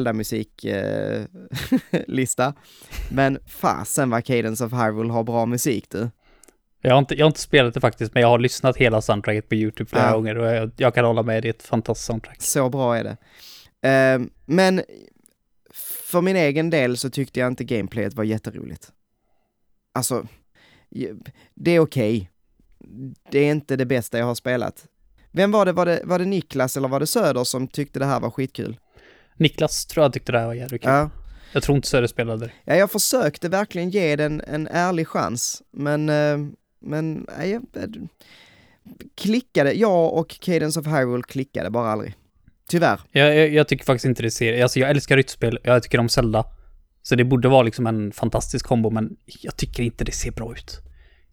Zelda-musik-lista. Men fasen vad Cadence of Hyrule har bra musik, du. Jag har inte spelat det faktiskt, men jag har lyssnat hela soundtracket på YouTube flera gånger och jag kan hålla med, det är ett fantastiskt soundtrack. Så bra är det. Men för min egen del så tyckte jag inte gameplayet var jätteroligt. Alltså, det är okej. Det är inte det bästa jag har spelat. Vem var det? Var det Niklas eller var det Söder som tyckte det här var skitkul? Niklas tror jag tyckte det här var jävligt kul. Ja. Jag tror inte Söder spelade det. Ja, jag försökte verkligen ge den en ärlig chans. Men jag klickade. Jag och Cadence of Hyrule klickade bara aldrig. Tyvärr. Jag tycker faktiskt inte det ser... Alltså jag älskar rytspel. Jag tycker om Zelda. Så det borde vara liksom en fantastisk kombo, men jag tycker inte det ser bra ut.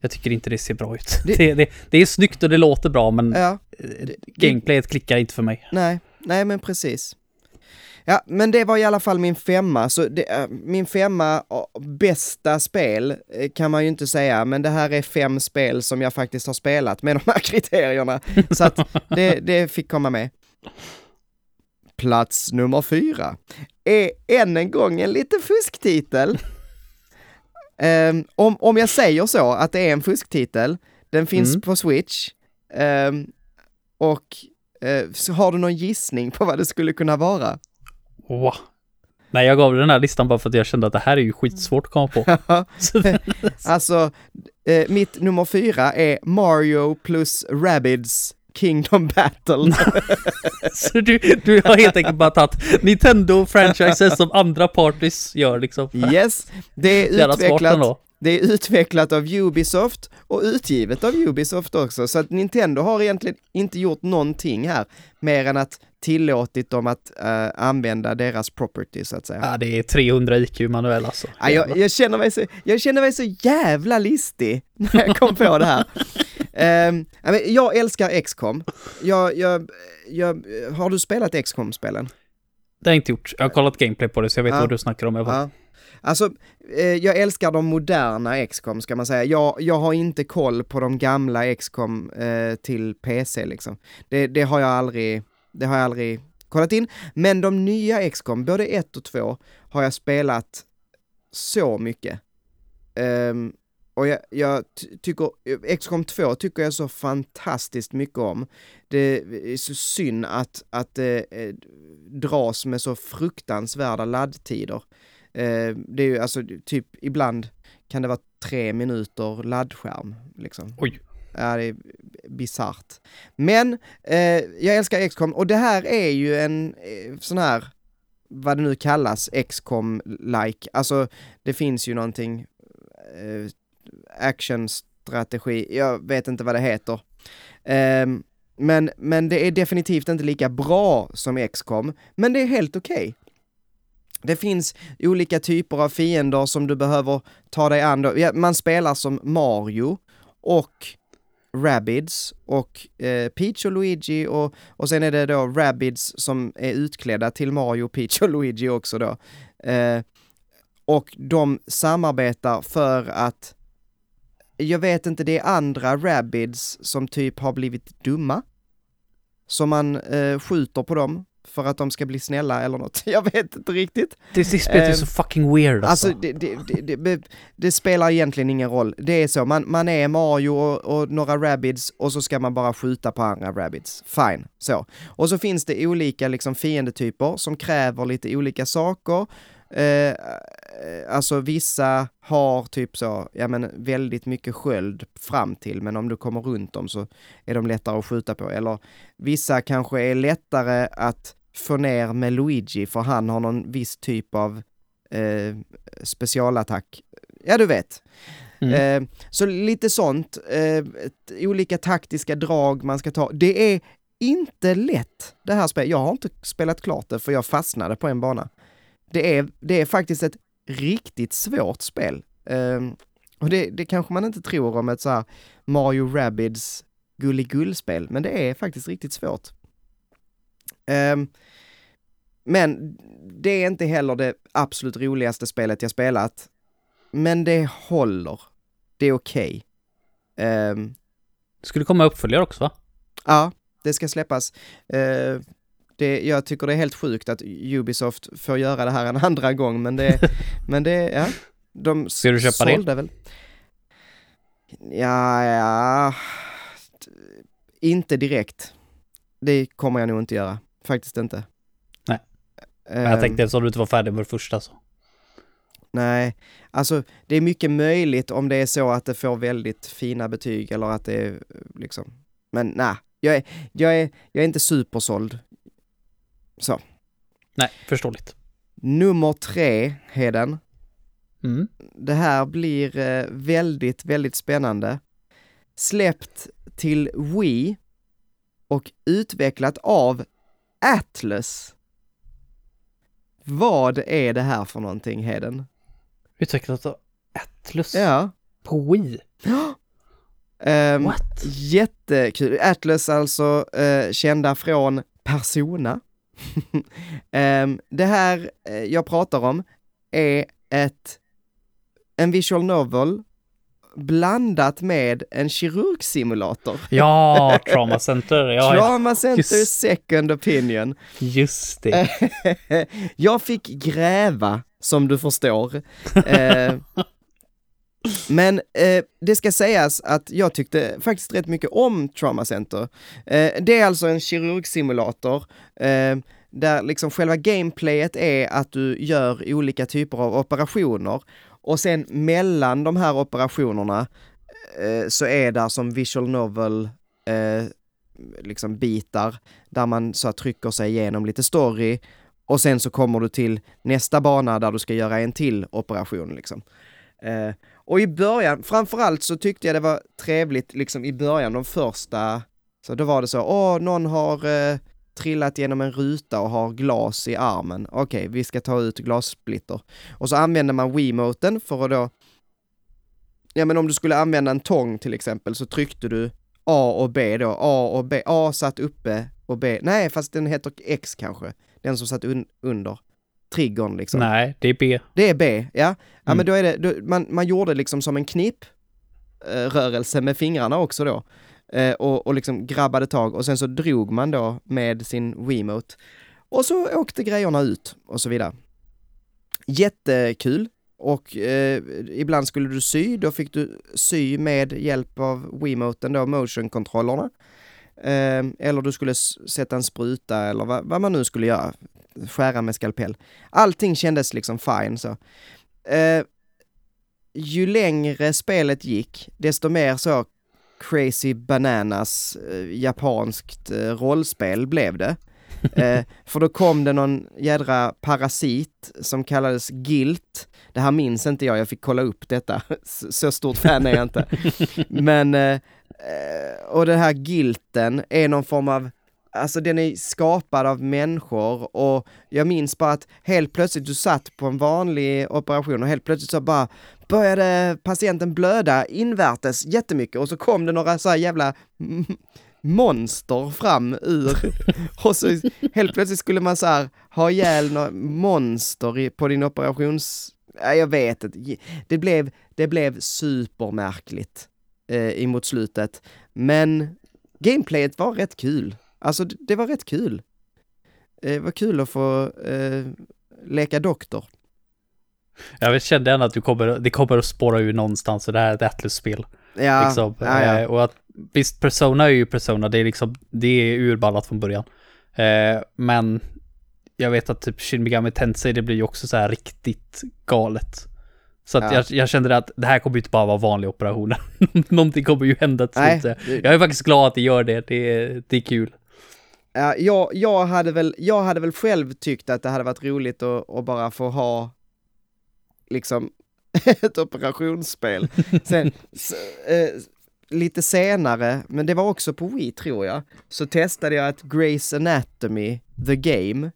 Det är snyggt och det låter bra, men gameplayet klickar inte för mig. Nej, men precis. Ja, men det var i alla fall min 5. Så min 5 bästa spel kan man ju inte säga, men det här är 5 spel som jag faktiskt har spelat med de här kriterierna. Så att det fick komma med. Plats nummer 4 är än en gång en liten fusktitel. Om jag säger så att det är en fusktitel, den finns på Switch, och så har du någon gissning på vad det skulle kunna vara? Wow. Nej, jag gav den här listan bara för att jag kände att det här är ju skitsvårt att komma på. Alltså, mitt nummer 4 är Mario plus Rabbids Kingdom Battle. Så du har helt enkelt bara tagit Nintendo-franchises som andra parties gör liksom. Yes, det är utvecklat av Ubisoft och utgivet av Ubisoft också. Så att Nintendo har egentligen inte gjort någonting här mer än att tillåtit dem att använda deras property, så att säga. Ja, det är 300 IQ manuell alltså. Ja, jag känner mig så jävla listig när jag kom på det här. Jag älskar XCOM. Har du spelat XCOM-spelen? Det har jag inte gjort. Jag har kollat gameplay på det, så jag vet vad du snackar om. Alltså, jag älskar de moderna XCOM, ska man säga. Jag har inte koll på de gamla XCOM till PC liksom. Det har jag aldrig kollat in. Men de nya XCOM, både 1 och 2, har jag spelat så mycket. Och jag tycker XCOM 2 tycker jag så fantastiskt mycket om. Det är så synd att det dras med så fruktansvärda laddtider. Det är ju alltså typ ibland kan det vara 3 minuter laddskärm liksom. Oj. Ja, det är bizarrt. Men jag älskar XCOM, och det här är ju en sån här, vad det nu kallas, XCOM-like. Alltså det finns ju någonting actionstrategi, jag vet inte vad det heter. Men det är definitivt inte lika bra som XCOM, men det är helt okej. Det finns olika typer av fiender som du behöver ta dig an. Ja, man spelar som Mario och Rabbids och Peach och Luigi, och sen är det då Rabbids som är utklädda till Mario, Peach och Luigi också då. Och de samarbetar för att, jag vet inte, det är andra Rabbids som typ har blivit dumma. Så man skjuter på dem för att de ska bli snälla eller något. Jag vet inte riktigt. Det spelet är så fucking weird alltså. Det spelar egentligen ingen roll. Det är så, man är Mario och några Rabbids, och så ska man bara skjuta på andra Rabbids. Fine, så. Och så finns det olika liksom fiendetyper som kräver lite olika saker. Alltså vissa har typ så, ja men väldigt mycket sköld fram till, men om du kommer runt dem så är de lättare att skjuta på. Eller vissa kanske är lättare att få ner med Luigi, för han har någon viss typ av specialattack. Ja, du vet. Så lite sånt, olika taktiska drag man ska ta. Det är inte lätt det här spelet. Jag har inte spelat klart det för jag fastnade på en bana. Det är faktiskt ett riktigt svårt spel. Och det kanske man inte tror om ett så här Mario Rabbids gulligull-spel, men det är faktiskt riktigt svårt. Men det är inte heller det absolut roligaste spelet jag spelat. Men det håller. Det är okej. Det skulle komma uppföljare också, va? Ja, det ska släppas. Jag tycker det är helt sjukt att Ubisoft får göra det här en andra gång, men det ja, de ska du köpa det? Väl. Ja, inte direkt. Det kommer jag nog inte göra. Faktiskt inte. Nej. Men jag tänkte så du inte var färdig med det första så. Nej, alltså det är mycket möjligt om det är så att det får väldigt fina betyg eller att det är liksom, men nej, jag är inte supersåld. Så. Nej, förståeligt. Nummer 3, Heden. Det här blir väldigt, väldigt spännande. Släppt till Wii och utvecklat av Atlus. Vad är det här för någonting, Heden? Utvecklat av Atlus? Ja. På Wii? What? Jättekul. Atlus alltså kända från Persona. Det här jag pratar om är en visual novel blandat med en kirurgsimulator. Ja, Trauma Center. Ja, Trauma Center Second Opinion. Just det. Jag fick gräva, som du förstår. Men det ska sägas att jag tyckte faktiskt rätt mycket om Trauma Center. Det är alltså en kirurgsimulator där liksom själva gameplayet är att du gör olika typer av operationer och sen mellan de här operationerna så är det som visual novel liksom bitar där man så trycker sig igenom lite story och sen så kommer du till nästa bana där du ska göra en till operation liksom. Och i början, framförallt så tyckte jag det var trevligt liksom i början, de första, så då var det så, någon har trillat genom en ruta och har glas i armen. Okej, vi ska ta ut glassplitter. Och så använder man Wiimoten för att då, ja men om du skulle använda en tång till exempel så tryckte du A och B då, A och B, A satt uppe och B, nej fast den heter X kanske, den som satt under triggern liksom. Nej, det är B. Det är B, ja. Ja men då är det, man gjorde liksom som en rörelse med fingrarna också då. Och liksom grabbade tag och sen så drog man då med sin Wiimote. Och så åkte grejerna ut och så vidare. Jättekul. Och ibland skulle du då fick du sy med hjälp av Wiimoten då, motion-kontrollerna. Eller du skulle sätta en spruta eller vad man nu skulle göra. Skära med skalpell. Allting kändes liksom fine så. Ju längre spelet gick, desto mer så crazy bananas japanskt rollspel blev det. För då kom det någon jädra parasit som kallades Guilt. Det här minns inte jag fick kolla upp detta. Så stort fan är jag inte. Men och den här Guilten är någon form av, alltså den är skapad av människor och jag minns bara att helt plötsligt du satt på en vanlig operation och helt plötsligt så bara började patienten blöda invärtes jättemycket och så kom det några så här jävla monster fram ur och så helt plötsligt skulle man så här ha ihjäl några monster på din operations... Jag vet inte. Det blev supermärkligt emot slutet. Men gameplayet var rätt kul. Alltså det var rätt kul. Det var kul att få leka doktor. Jag kände ändå att det kommer att spåra ur någonstans och det här är ett Atlus-spel. Ja, liksom. Ja. Och att visst, Persona är ju Persona, det är liksom, det är urballat från början. Men jag vet att typ Shin Megami Tensei, det blir ju också så här riktigt galet. Så att jag kände att det här kommer ju inte bara vara vanliga operationer. Någonting kommer ju hända till slut. Jag är faktiskt glad att det gör det. Det är kul. Jag hade väl själv tyckt att det hade varit roligt att bara få ha liksom ett operationsspel. Sen lite senare, men det var också på Wii tror jag, så testade jag ett Grey's Anatomy The Game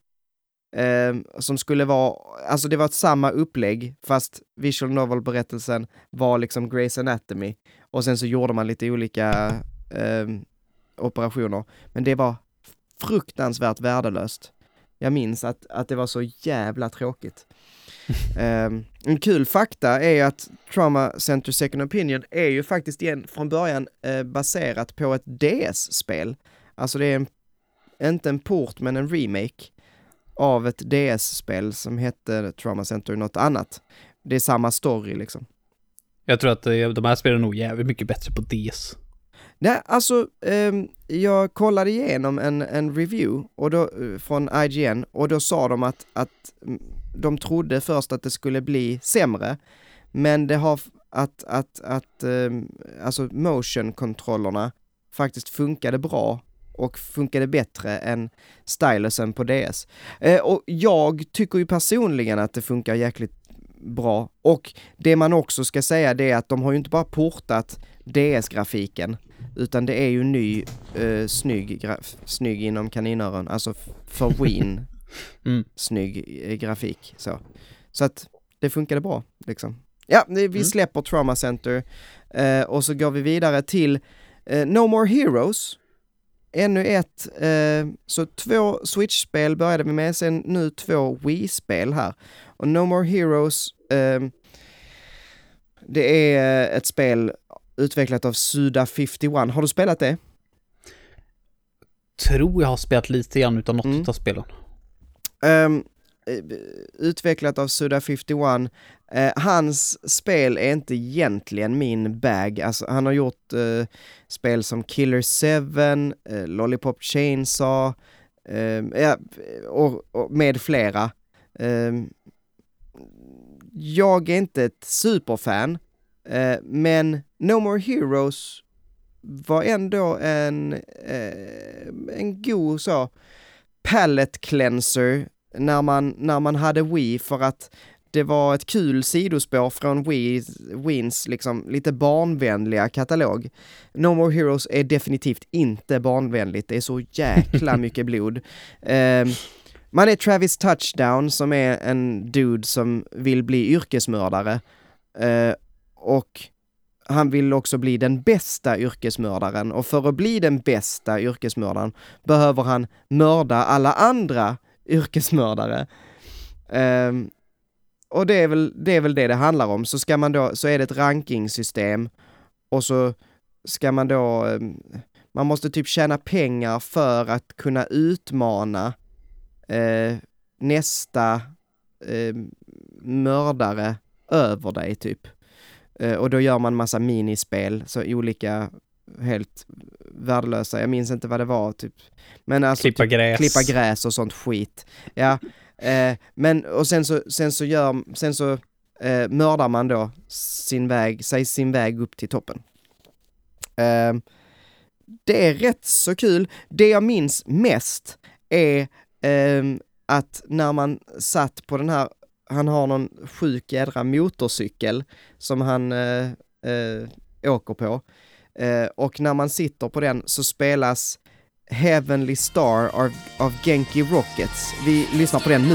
som skulle vara, alltså det var ett samma upplägg fast visual novel-berättelsen var liksom Grey's Anatomy och sen så gjorde man lite olika operationer, men det var fruktansvärt värdelöst. Jag minns att det var så jävla tråkigt. En kul fakta är att Trauma Center Second Opinion är ju faktiskt från början baserat på ett DS-spel. Alltså det är inte en port men en remake av ett DS-spel som heter Trauma Center något annat. Det är samma story liksom. Jag tror att de här spelar nog jävligt mycket bättre på DS. Nej, alltså jag kollade igenom en review och då, från IGN och då sa de att de trodde först att det skulle bli sämre, men det har alltså motion-kontrollerna faktiskt funkade bra och funkade bättre än stylusen på DS. Och jag tycker ju personligen att det funkar jäkligt bra. Och det man också ska säga det är att de har ju inte bara portat DS-grafiken, utan det är ju ny snygg inom kaninöron, alltså för Wii snygg grafik. Så att det funkade bra liksom. Ja, vi släpper Trauma Center och så går vi vidare till No More Heroes. Ännu ett, så 2 Switch-spel började vi med, sen nu 2 Wii-spel här. Och No More Heroes, det är ett spel utvecklat av Suda51. Har du spelat det? Tror jag har spelat lite grann utan något av spelen. Utvecklat av Suda51. Hans spel är inte egentligen min bag. Alltså, han har gjort spel som Killer 7, Lollipop Chainsaw och med flera. Jag är inte ett superfan, men No More Heroes var ändå en god så palette cleanser när man hade Wii, för att det var ett kul sidospår från Wiins liksom lite barnvänliga katalog. No More Heroes är definitivt inte barnvänligt. Det är så jäkla mycket blod. Man är Travis Touchdown som är en dude som vill bli yrkesmördare. Och han vill också bli den bästa yrkesmördaren. Och för att bli den bästa yrkesmördaren behöver han mörda alla andra yrkesmördare. Och det är väl det handlar om. Så ska man då, så är det ett rankingsystem, och så ska man då man måste typ tjäna pengar för att kunna utmana nästa mördare över dig typ. Och då gör man massa minispel, så olika helt värdelösa, jag minns inte vad det var typ. Men alltså klippa gräs och sånt skit. Ja. Men och sen så mördar man då sin väg upp till toppen. Det är rätt så kul. Det jag minns mest är att när man satt på den här, han har någon sjuk jädra motorcykel som han åker på. Och när man sitter på den så spelas Heavenly Star av Genki Rockets. Vi lyssnar på den nu.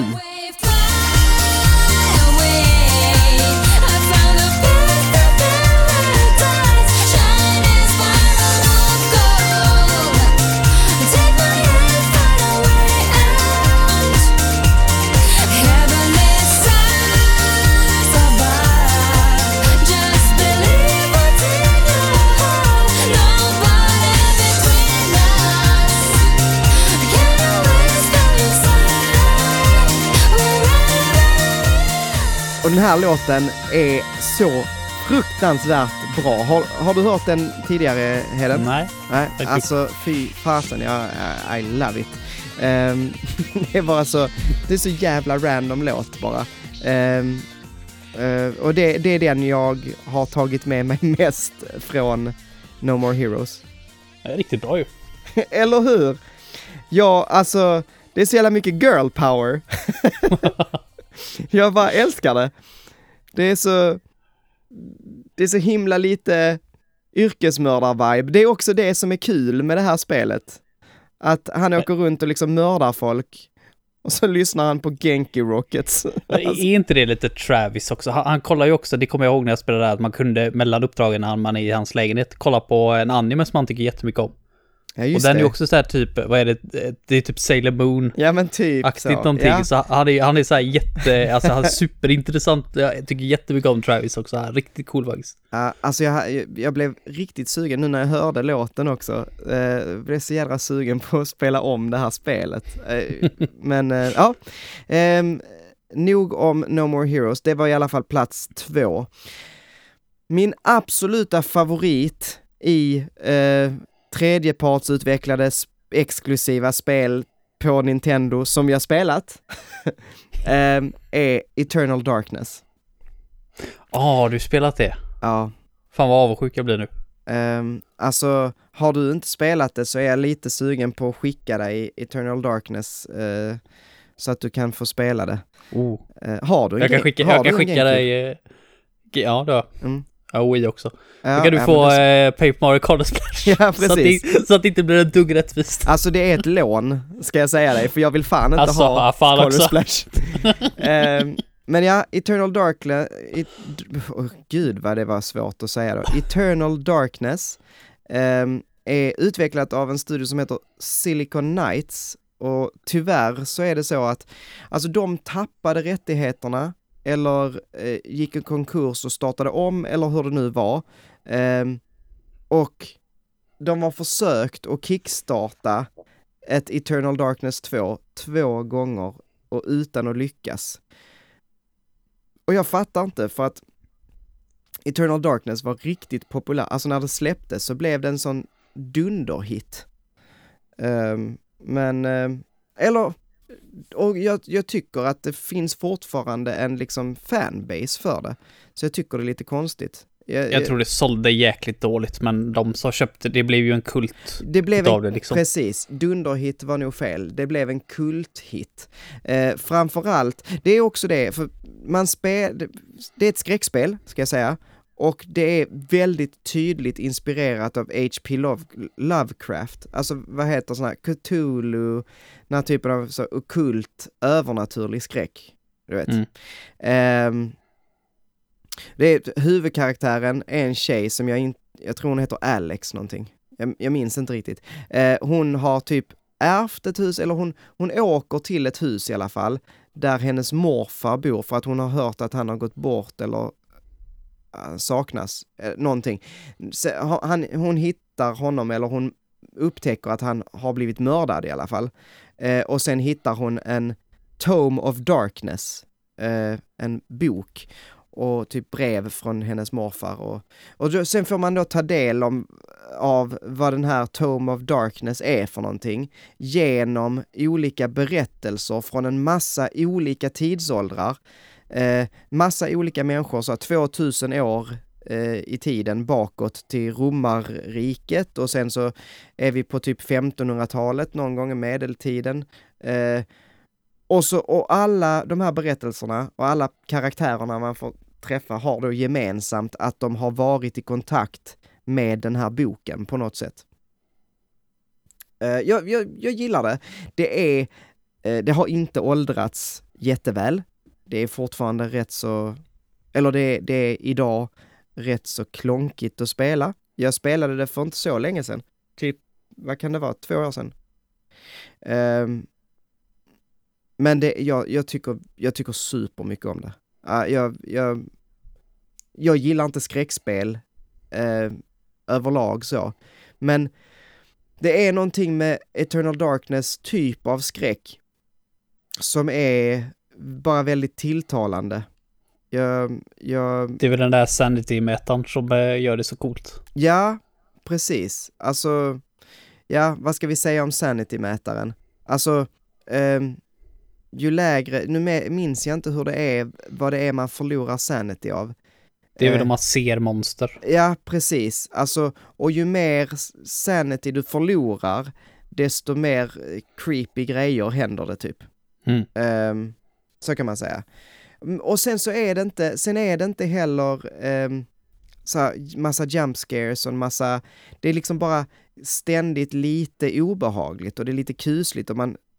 Och den här låten är så fruktansvärt bra. Har du hört den tidigare, Heden? Nej. Alltså, fy fasen, I love it. Det är bara så, det är så jävla random låt bara. Och det är den jag har tagit med mig mest från No More Heroes. Det är riktigt bra ju. Eller hur? Ja, alltså, det är så jävla mycket girl power. Jag bara älskar det. Det är så himla lite yrkesmördar-vibe. Det är också det som är kul med det här spelet. Att han åker runt och liksom mördar folk. Och så lyssnar han på Genki Rockets. Är inte det lite Travis också? Han kollar ju också, det kommer jag ihåg när jag spelade där, att man kunde mellan uppdragen när man är i hans lägenhet kolla på en anime som han tycker jättemycket om. Ja, och just den det. är också så här typ, vad är det? Det är typ Sailor Moon. Ja, men typ Aktigt så. någonting. Ja. Så han är så här alltså han är superintressant. Jag tycker jättemycket om Travis också. Han är riktigt cool faktiskt. Alltså jag blev riktigt sugen nu när jag hörde låten också. Blev så jävla sugen på att spela om det här spelet. Men ja, nog om No More Heroes. Det var i alla fall plats 2. Min absoluta favorit i tredjepartsutvecklade exklusiva spel på Nintendo som jag spelat är Eternal Darkness. Har du spelat det? Ja. Fan vad avundsjuk jag blir nu. Alltså, har du inte spelat det så är jag lite sugen på att skicka dig Eternal Darkness så att du kan få spela det. Har du en Jag kan skicka dig... Ja, det har jag. Ja, Wii också. Då kan du få Paper Mario Color Splash. Ja, precis. Så att det inte blir en dugg rättvist. Alltså det är ett lån, ska jag säga dig, för jag vill fan inte ha Color Splash. Men ja, Eternal Darkness... Gud vad det var svårt att säga då. Eternal Darkness är utvecklat av en studio som heter Silicon Knights. Och tyvärr så är det så att alltså de tappade rättigheterna eller gick i konkurs och startade om, eller hur det nu var. Och de har försökt att kickstarta ett Eternal Darkness 2 gånger och utan att lyckas. Och jag fattar inte, för att Eternal Darkness var riktigt populär. Alltså när det släpptes så blev det en sån dunderhit. Och jag tycker att det finns fortfarande en liksom fanbase för det. Så jag tycker det är lite konstigt. Jag tror det sålde jäkligt dåligt, men de som köpte det blev ju en kult. Det blev av det liksom. Precis, dunderhit var nog fel. Det blev en kulthit. Framförallt, det är också det, för det är ett skräckspel, ska jag säga. Och det är väldigt tydligt inspirerat av H.P. Lovecraft. Alltså, vad heter sån här Cthulhu, den här typen av så ockult, övernaturlig skräck. Du vet. Det är, huvudkaraktären är en tjej som jag tror hon heter Alex någonting. Jag minns inte riktigt. Hon har typ ärvt ett hus, eller hon åker till ett hus i alla fall, där hennes morfar bor, för att hon har hört att han har gått bort eller saknas någonting. Hon hittar honom, eller hon upptäcker att han har blivit mördad i alla fall. Och sen hittar hon en Tome of Darkness, en bok och typ brev från hennes morfar. Och sen får man då ta del av vad den här Tome of Darkness är för någonting genom olika berättelser från en massa olika tidsåldrar. Massa olika människor, så 2000 år i tiden bakåt till romarriket, och sen så är vi på typ 1500-talet, någon gång i medeltiden. Och alla de här berättelserna och alla karaktärerna man får träffa har då gemensamt att de har varit i kontakt med den här boken på något sätt. Jag gillar det. Det har inte åldrats jätteväl. Det är fortfarande rätt så... Eller det är idag rätt så klonkigt att spela. Jag spelade det för inte så länge sedan. Typ, vad kan det vara? 2 år sedan. Men jag tycker supermycket om det. Jag gillar inte skräckspel överlag så. Men det är någonting med Eternal Darkness typ av skräck som är bara väldigt tilltalande. Det är väl den där sanity-mätaren som gör det så coolt. Ja, precis. Alltså, ja, vad ska vi säga om sanity-mätaren? Alltså, ju lägre, nu minns jag inte hur det är, vad det är man förlorar sanity av. Det är väl om man ser monster. Ja, precis. Alltså, och ju mer sanity du förlorar, desto mer creepy grejer händer det typ. Så kan man säga. Och sen så är det inte heller så här, massa jump scares och en massa, det är liksom bara ständigt lite obehagligt och det är lite kusligt och man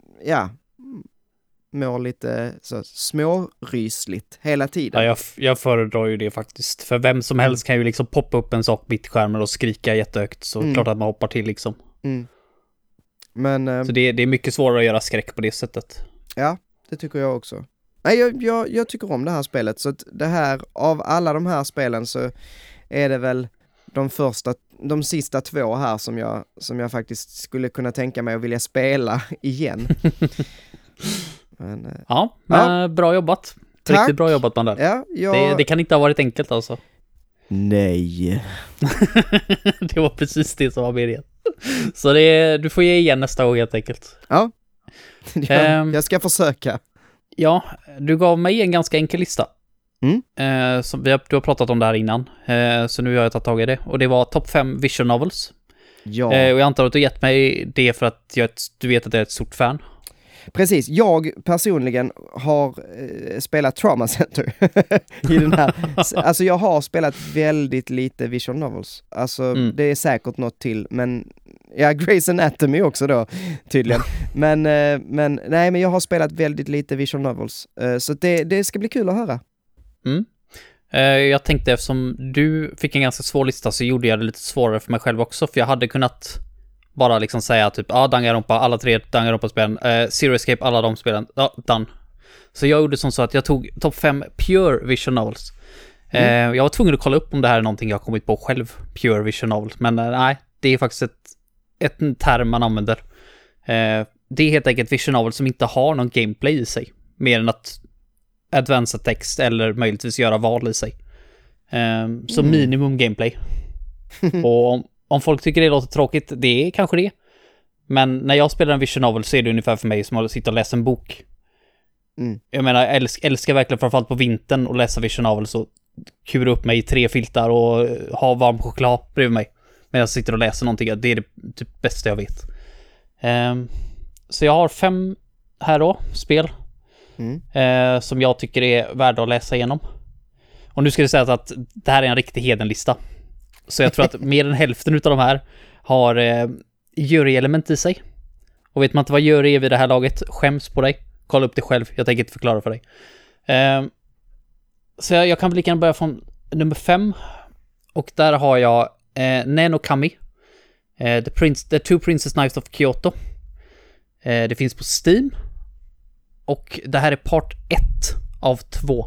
mår lite så smårysligt hela tiden. Ja, jag föredrar ju det faktiskt. För vem som helst kan ju liksom poppa upp en sak mitt i skärmen och skrika jättehögt, så klart att man hoppar till liksom. Men, så det är mycket svårare att göra skräck på det sättet. Ja, det tycker jag också. Nej, jag tycker om det här spelet. Så att det här, av alla de här spelen så är det väl de sista 2 här som jag faktiskt skulle kunna tänka mig att vilja spela igen. Men, bra jobbat. Tack. Riktigt bra jobbat, Bandar. Ja, det kan inte ha varit enkelt alltså. Nej. Det var precis det som var meningen. Så du får ge igen nästa gång helt enkelt. Ja, jag ska försöka. Ja, du gav mig en ganska enkel lista. Som du har pratat om det här innan. Så nu har jag tagit tag i det. Och det var topp 5 vision novels. Ja. Och jag antar att du gett mig det för att du vet att jag är ett stort fan. Precis, jag personligen har spelat Trauma Center i den här. Alltså jag har spelat väldigt lite visual novels. Alltså det är säkert något till, men Grey's Anatomy också då tydligen. men jag har spelat väldigt lite visual novels. Så det ska bli kul att höra. Jag tänkte, eftersom du fick en ganska svår lista så gjorde jag det lite svårare för mig själv också, för jag hade kunnat bara liksom säga typ, Danganronpa, alla 3 Danganronpa-spelen, Zero Escape, alla de spelen, done. Så jag gjorde som så att jag tog topp 5 pure vision novels. Jag var tvungen att kolla upp om det här är någonting jag har kommit på själv, pure vision novels, men nej, det är faktiskt ett term man använder. Det är helt enkelt vision novels som inte har någon gameplay i sig, mer än att advansa text eller möjligtvis göra val i sig. Så minimum gameplay. Och om folk tycker det låter tråkigt, det är kanske det. Men när jag spelar en vision novel så är det ungefär för mig som att sitta och läsa en bok. Jag menar, jag älskar verkligen framförallt på vintern att läsa vision novels och kura upp mig i 3 filtar och ha varm choklad bredvid mig medan jag sitter och läser någonting. Det är det typ bästa jag vet. Så jag har 5 här då, spel som jag tycker är värda att läsa igenom. Och nu ska det säga att det här är en riktig hedenlista. Så jag tror att mer än hälften av de här har jury-element i sig. Och vet man inte vad jury är vid det här laget, skäms på dig. Kolla upp det själv, jag tänker inte förklara för dig. Så jag kan väl lika gärna börja från nummer 5. Och där har jag Nen och Kami, The Two Princess Knives of Kyoto. Det finns på Steam. Och det här är part 1 av 2.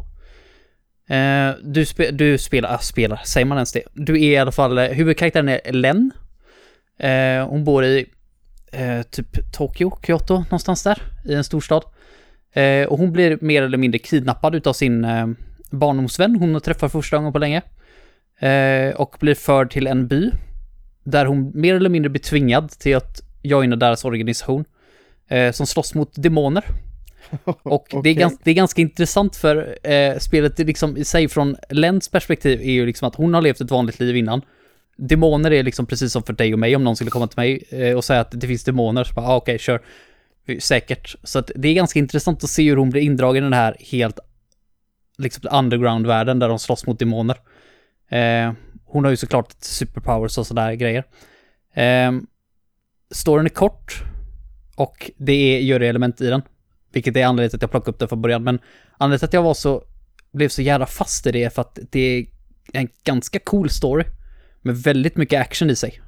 Du spelar, säger man ens det? Du är i alla fall, huvudkaraktären är Len. Hon bor i typ Tokyo, Kyoto, någonstans där, i en storstad. Och hon blir mer eller mindre kidnappad utav sin barndomsvän hon träffar första gången på länge. Och blir förd till en by där hon mer eller mindre blir tvingad till att joina deras organisation som slåss mot demoner. Och okay. det är ganska intressant, för spelet är liksom i sig från Lens perspektiv är ju liksom att hon har levt ett vanligt liv innan. Demoner är liksom precis som för dig och mig, om någon skulle komma till mig och säga att det finns demoner, så bara okej, kör. Säkert. Så att det är ganska intressant att se hur hon blir indragen i den här helt liksom underground-världen där de slåss mot demoner. Hon har ju såklart superpowers och sådär grejer. Storyn är kort och det gör element i den, vilket är anledningen till att jag plockade upp den från början. Men anledningen till att jag blev så jävla fast i det är för att det är en ganska cool story med väldigt mycket action i sig.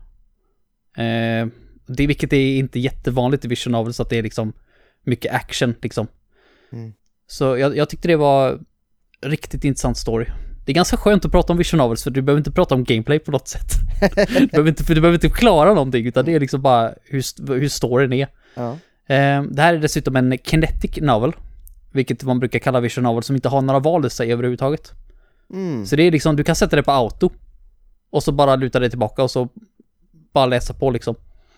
Det, vilket är inte jättevanligt i visual novels, så att det är liksom mycket action liksom. Så jag tyckte det var riktigt intressant story. Det är ganska skönt att prata om visual novels, för du behöver inte prata om gameplay på något sätt. Du behöver inte förklara någonting, utan det är liksom bara hur storyn är. Ja. Det här är dessutom en kinetic novel, vilket man brukar kalla visual novel, som inte har några val i sig överhuvudtaget. Så det är liksom, du kan sätta det på auto och så bara luta det tillbaka och så bara läsa på liksom.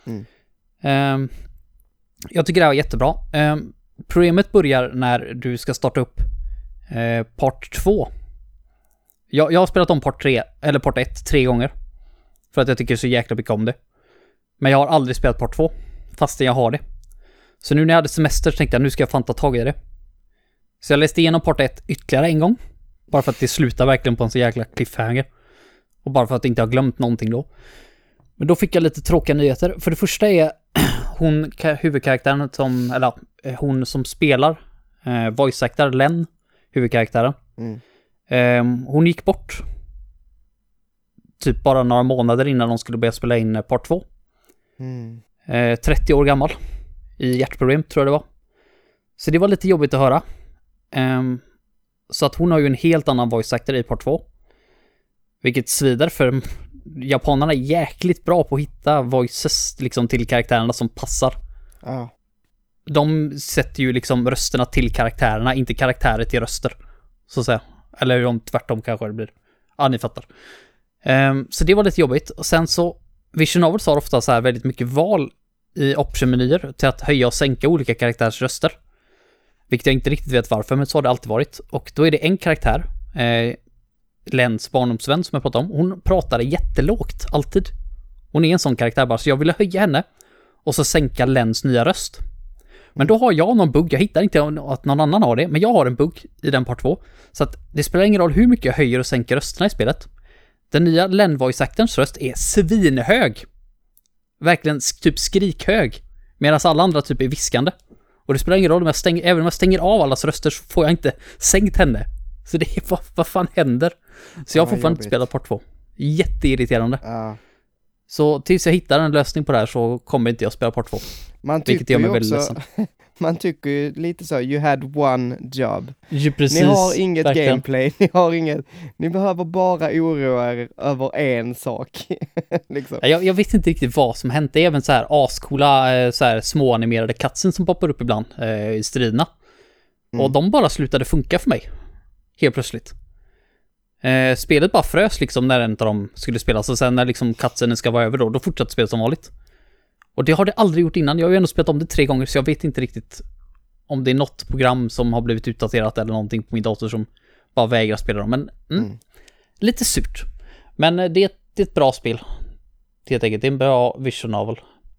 Jag tycker det här var jättebra. Problemet börjar när du ska starta upp part 2. Jag har spelat om part 1 3 gånger för att jag tycker så jäkla mycket om det. Men jag har aldrig spelat part 2 fastän jag har det. Så nu när jag hade semester så tänkte jag, nu ska jag fan ta tag i det. Så jag läste igenom part 1 ytterligare en gång, bara för att det slutar verkligen på en så jäkla cliffhanger. Och bara för att jag inte har glömt någonting då. Men då fick jag lite tråkiga nyheter. För det första är huvudkaraktären hon som spelar voice actor Len, huvudkaraktären. Hon gick bort typ bara några månader innan de skulle börja spela in part 2. 30 år gammal. I hjärtproblem tror jag det var. Så det var lite jobbigt att höra. Så att hon har ju en helt annan voice actor i part 2. Vilket svider, för japanerna är jäkligt bra på att hitta voices liksom till karaktärerna som passar. De sätter ju liksom rösterna till karaktärerna, inte karaktärer till röster. Så att säga. Eller om tvärtom kanske det blir. Ja, ni fattar. Så det var lite jobbigt. Och sen så, Vision Novels har ofta så här väldigt mycket val i option-menyer till att höja och sänka olika karaktärs röster. Vilket jag inte riktigt vet varför, men så har det alltid varit. Och då är det en karaktär, Lens barndomsvän som jag pratade om. Hon pratade jättelågt, alltid. Hon är en sån karaktär bara, så jag ville höja henne och så sänka Lens nya röst. Men då har jag någon bugg, jag hittar inte att någon annan har det, men jag har en bugg i den part 2. Så att det spelar ingen roll hur mycket jag höjer och sänker rösterna i spelet. Den nya Len voice-actorns röst är svinhög. Verkligen typ skrikhög. Medan alla andra typ är viskande. Och det spelar ingen roll, även om jag stänger av allas röster så får jag inte sänkt henne. Så det är, vad fan händer? Så jag har fortfarande inte spelat part 2. Jätteirriterande. Så tills jag hittar en lösning på det här så kommer inte jag spela part 2. Vilket gör mig väldigt ledsen. Man tycker ju lite så, you had one job. Ja, precis, ni har inget verkligen. Gameplay, ni har inget, ni behöver bara oroa er över en sak. Liksom. Jag vet inte riktigt vad som hänt. Det är även så här ascoola så här små animerade cutscenes som poppar upp ibland i striderna. Och de bara slutade funka för mig. Helt plötsligt. Spelet bara frös liksom när en av dem skulle spelas. Och sen när liksom cutscenen ska vara över då fortsatte spelet som vanligt. Och det har det aldrig gjort innan. Jag har ju ändå spelat om det 3 gånger så jag vet inte riktigt om det är något program som har blivit utdaterat eller någonting på min dator som bara vägrar spela dem. Men lite surt. Men det är ett bra spel. Helt enkelt. Det är en bra vision novel.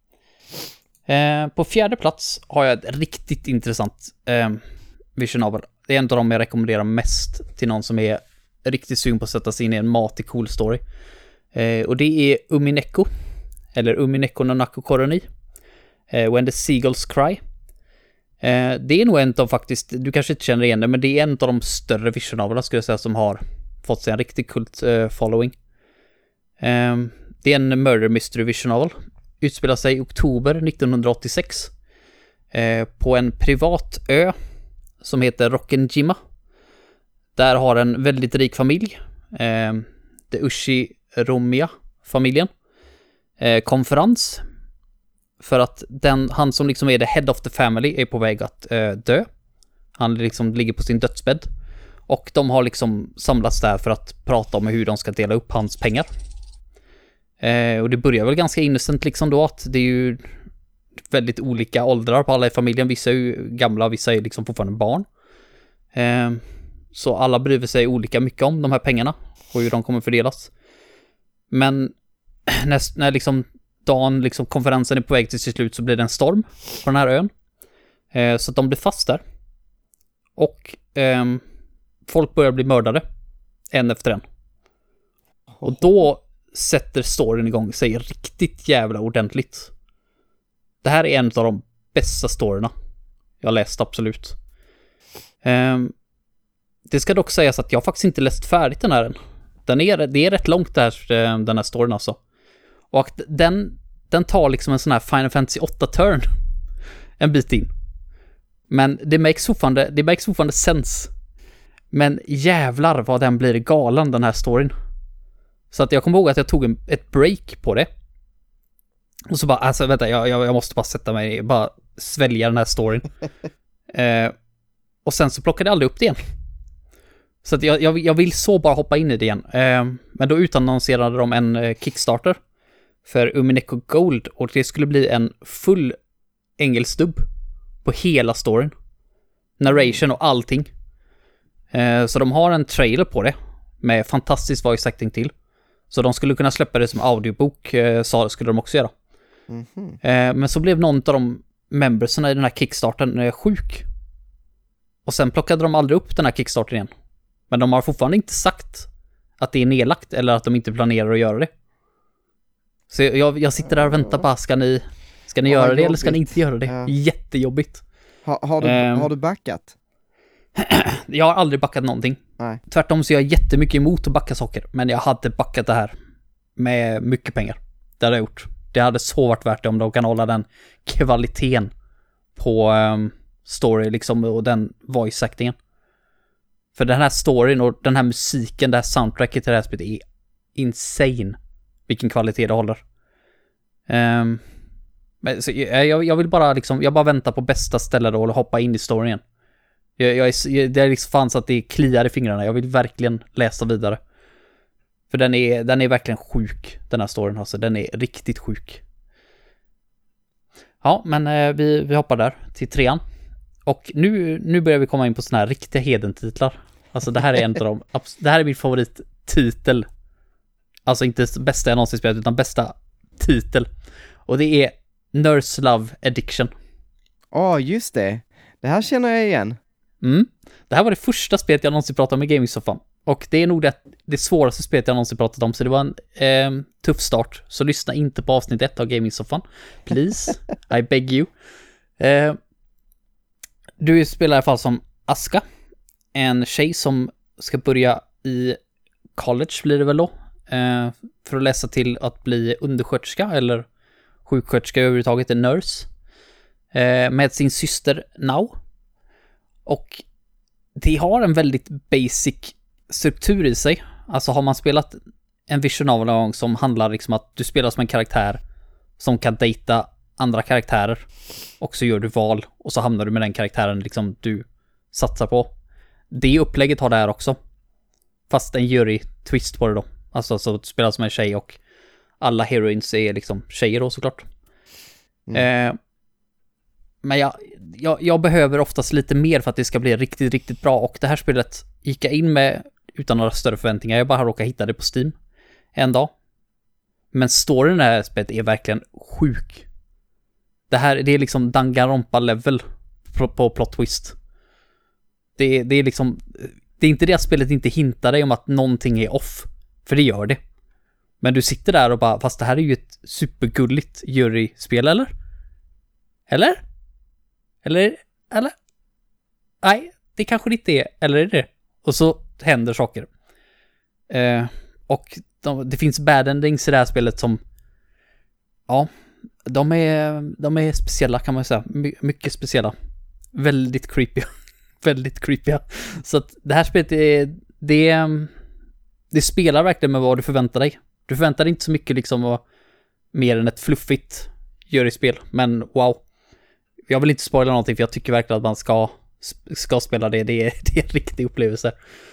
På 4:e plats har jag ett riktigt intressant vision novel. Det är en av dem jag rekommenderar mest till någon som är riktigt sugen på att sätta sig in i en matig cool story. Och det är Umineko. Eller Umineko no Naku Koroni. When the Seagulls Cry. Det är nog en av faktiskt, du kanske inte känner igen det, men det är en av de större vision novelerna skulle jag säga som har fått sig en riktigt kult following. Det är en murder mystery vision novel. Utspelar sig i oktober 1986 på en privat ö som heter Rokkenjima. Där har en väldigt rik familj, det Ushiromiya-familjen, konferens för att han som liksom är the head of the family är på väg att dö. Han liksom ligger på sin dödsbädd och de har liksom samlats där för att prata om hur de ska dela upp hans pengar. Och det börjar väl ganska innocent liksom då, att det är ju väldigt olika åldrar på alla i familjen. Vissa är ju gamla, vissa är liksom fortfarande barn. Så alla bryr sig olika mycket om de här pengarna och hur de kommer fördelas. Men när liksom dagen, liksom konferensen är på väg till slut, så blir det en storm på den här ön. Så att de blir fast där. Och folk börjar bli mördade en efter en. Och då sätter storyn igång sig riktigt jävla ordentligt. Det här är en av de bästa storyna jag läst, absolut. Det ska dock sägas att jag faktiskt inte läst färdigt den här än. Det är rätt långt där, den här storyn alltså. Och den tar liksom en sån här Final Fantasy 8-turn en bit in. Men det makes fortfarande sense. Men jävlar vad den blir galen, den här storyn. Så att jag kommer ihåg att jag tog ett break på det. Och så bara, alltså vänta, jag måste bara sätta mig, bara svälja den här storyn. Och sen så plockade jag aldrig upp det igen. Så att jag vill så bara hoppa in i det igen. Men då utannonserade de en Kickstarter för Umineko Gold, och det skulle bli en full engelskdubb på hela storyn. Narration och allting. Så de har en trailer på det med fantastisk voice acting till. Så de skulle kunna släppa det som audiobok, skulle de också göra. Men så blev någon av de membersarna i den här Kickstarten sjuk. Och sen plockade de aldrig upp den här Kickstarten igen. Men de har fortfarande inte sagt att det är nedlagt eller att de inte planerar att göra det. Så jag sitter där och väntar bara, ska ni göra det eller ska ni inte göra det? Ja. Jättejobbigt. Har du backat? Jag har aldrig backat någonting. Nej. Tvärtom så är jag jättemycket emot att backa saker. Men jag hade backat det här med mycket pengar. Det hade jag gjort. Det hade så varit värt det om de kan hålla den kvaliteten på story liksom, och den voice-actingen. För den här storyn och den här musiken, det här soundtracket till det här spelet är insane. Vilken kvalitet det håller. Men så jag vill bara liksom, jag bara väntar på bästa stället och hoppa in i storyn. Det är liksom fan så att det kliar i fingrarna. Jag vill verkligen läsa vidare. För den är verkligen sjuk, den här storyn. Alltså, den är riktigt sjuk. Ja, men vi hoppar där till 3:an. Och nu börjar vi komma in på såna här riktiga hedentitlar. Alltså det här är en av dem. Det här är min favorittitel. Alltså inte bästa jag någonsin spelat, utan bästa titel. Och det är Nurse Love Addiction. Just det. Det här känner jag igen. Det här var det första spelet jag någonsin pratat om i Gaming-soffan. Och det är nog det svåraste spelet jag någonsin pratat om. Så det var en tuff start. Så lyssna inte på avsnitt 1 av Gaming-soffan. Please, I beg you. Du spelar i alla fall som Aska. En tjej som ska börja i college blir det väl då. För att läsa till att bli undersköterska eller sjuksköterska överhuvudtaget, en nurse. Med sin syster Now. Och det har en väldigt basic struktur i sig. Alltså har man spelat en vision novel någon gång som handlar liksom att du spelar som en karaktär som kan dejta andra karaktärer och så gör du val och så hamnar du med den karaktären liksom du satsar på. Det upplägget har det här också. Fast en jury-twist på det då. Alltså så att du spelar som en tjej och alla heroines är liksom tjejer då såklart. Men jag behöver oftast lite mer för att det ska bli riktigt, riktigt bra. Och det här spelet gick jag in med utan några större förväntningar. Jag bara råkade hitta det på Steam en dag. Men storyn i det här spelet är verkligen sjuk. Det är liksom Danganronpa-level på plot twist. Det är liksom... Det är inte det att spelet inte hintar dig om att någonting är off. För det gör det. Men du sitter där och bara, fast det här är ju ett supergulligt juryspel, eller? Eller? Nej, det kanske inte är. Eller är det? Och så händer saker. Och det finns bad endings i det här spelet som... Ja, de är speciella kan man säga. Mycket speciella. Väldigt creepy. Väldigt creepy. Så att det här spelet det spelar verkligen med vad du förväntar dig. Du förväntar dig inte så mycket liksom mer än ett fluffigt juryspel. Men wow. Jag vill inte spoila någonting för jag tycker verkligen att man ska spela det. Det är en riktig upplevelse.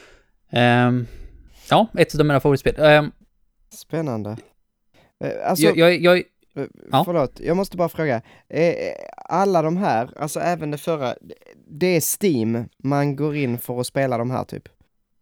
Ja, ett av mina favoritspel. Spännande. Alltså, förlåt, jag måste bara fråga. Alla de här, alltså även det förra, det är Steam man går in för att spela de här typ?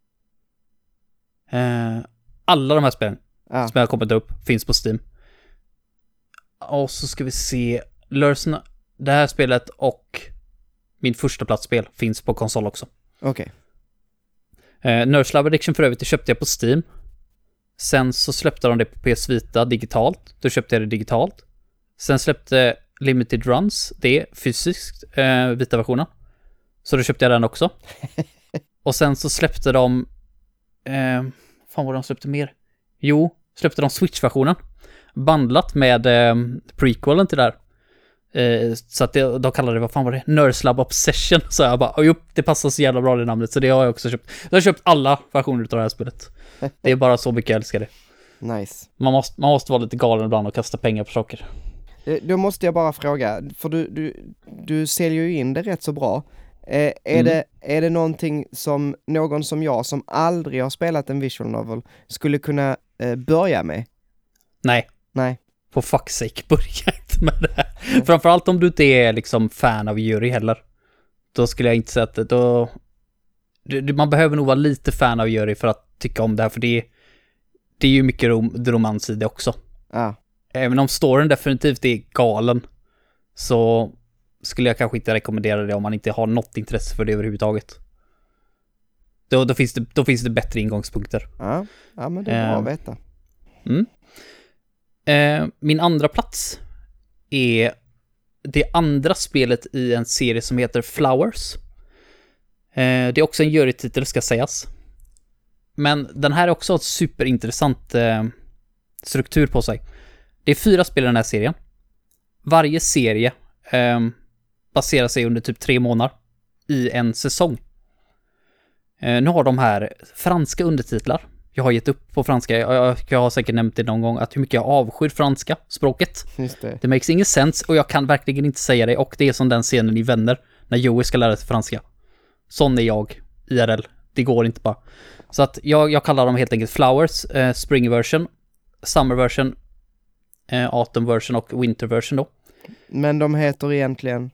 Alla de här spelen som jag har kommit upp finns på Steam. Och så ska vi se Lursen, det här spelet och min första platsspel finns på konsol också. Okej. Nurse Love Addiction för övrigt, det köpte jag på Steam. Sen så släppte de det på PS Vita digitalt. Då köpte jag det digitalt. Sen släppte Limited Runs det fysiskt, vita versionen. Så då köpte jag den också. Och sen så släppte de fan vad de släppte mer. Släppte de Switch-versionen. Bandlat med prequelen till det här. Så att de kallade det, vad fan var det? Nurse Love Obsession. Så jag bara, det passar så jävla bra det namnet. Så det har jag också köpt. Jag har köpt alla versioner av det här spelet. Det är bara så mycket jag älskar det. Nice. Man måste vara lite galen ibland och kasta pengar på saker. Då måste jag bara fråga, för du säljer ju in det rätt så bra. Är det någonting som någon som jag som aldrig har spelat en visual novel skulle kunna börja med? Nej. På fuck's sake, börja inte med det här. Framförallt om du inte är liksom fan av jury heller. Då skulle jag inte säga att man behöver nog vara lite fan av jury för att tycka om det här. För det är ju mycket romans i det också. Även om storyn definitivt är galen, så skulle jag kanske inte rekommendera det om man inte har något intresse för det överhuvudtaget. Då finns det bättre ingångspunkter. Ja men det är bra att veta. Min andra plats är det andra spelet i en serie som heter Flowers. Det är också en jurytitel ska sägas. Men den här är också ett superintressant struktur på sig. Det är 4 spel i den här serien. Varje serie baserar sig under typ 3 månader i en säsong. Nu har de här franska undertitlar. Jag har gett upp på franska. Jag har säkert nämnt det någon gång att hur mycket jag avskyr franska språket. Just det. Det makes ingen sense och jag kan verkligen inte säga det. Och det är som den scenen i Vänner när Joey ska lära sig franska. Sån är jag, IRL. Det går inte bara. Så att jag kallar dem helt enkelt Flowers, Spring version, Summer version, Autumn version och Winter version då. Men de heter egentligen...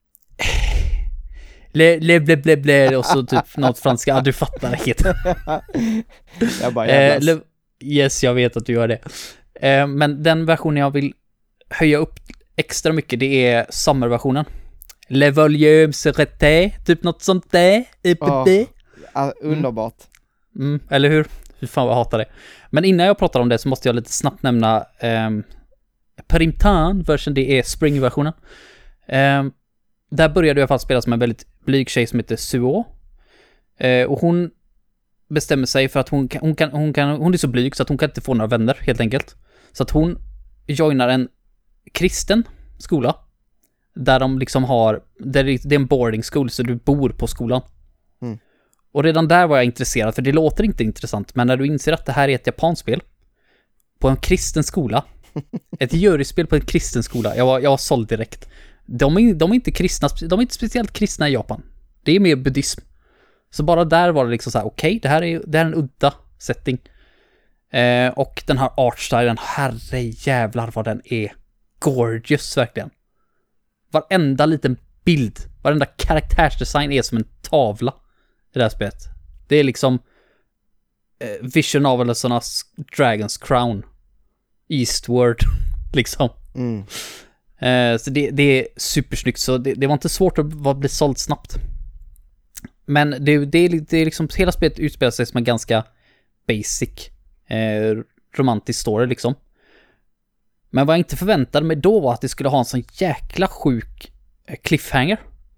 Le och så typ något franska. Ja, du fattar det. Jag bara jävlas. Yes, jag vet att du gör det. Men den versionen jag vill höja upp extra mycket, det är Summer-versionen. Le volume sereté, typ något sånt där. Underbart. Eller hur? Hur fan jag hatar det. Men innan jag pratar om det så måste jag lite snabbt nämna Printemps version, det är Spring-versionen. Där började jag i alla fall spela som en väldigt blyg tjej som heter Suo. Och hon bestämmer sig för att hon är så blyg så att hon kan inte få några vänner helt enkelt. Så att hon joinar en kristen skola där de liksom det är en boarding school så du bor på skolan. Och redan där var jag intresserad för det låter inte intressant, men när du inser att det här är ett japanskt spel på en kristen skola, ett juryspel på en kristen skola, jag var såld direkt. De är inte kristna, de är inte speciellt kristna i Japan. Det är mer buddhism. Så bara där var det liksom så här: okej, det här är en udda setting. Och den här artstylen, herre jävlar vad den är gorgeous verkligen. Varenda liten bild, varenda karaktärsdesign är som en tavla i det här spelet. Det är liksom Vision Novelernas Dragon's Crown, Eastward liksom. Så det är supersnyggt, så det var inte svårt att bli såld snabbt. Men det är liksom, hela spelet utspelar sig som en ganska basic romantisk story liksom. Men vad jag inte förväntade mig då var att det skulle ha en sån jäkla sjuk cliffhanger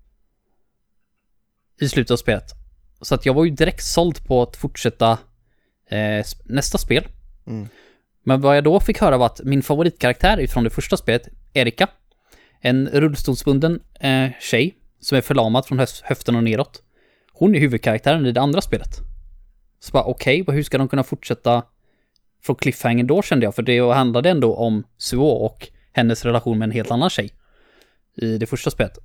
i slutet av spelet. Så att jag var ju direkt såld på att fortsätta nästa spel. Men vad jag då fick höra var att min favoritkaraktär från det första spelet, Erika, en rullstolsbunden tjej som är förlamad från höften och neråt. Hon är huvudkaraktären i det andra spelet. Så bara okej, hur ska de kunna fortsätta från cliffhangern då, kände jag. För det handlade ändå om Suo och hennes relation med en helt annan tjej i det första spelet.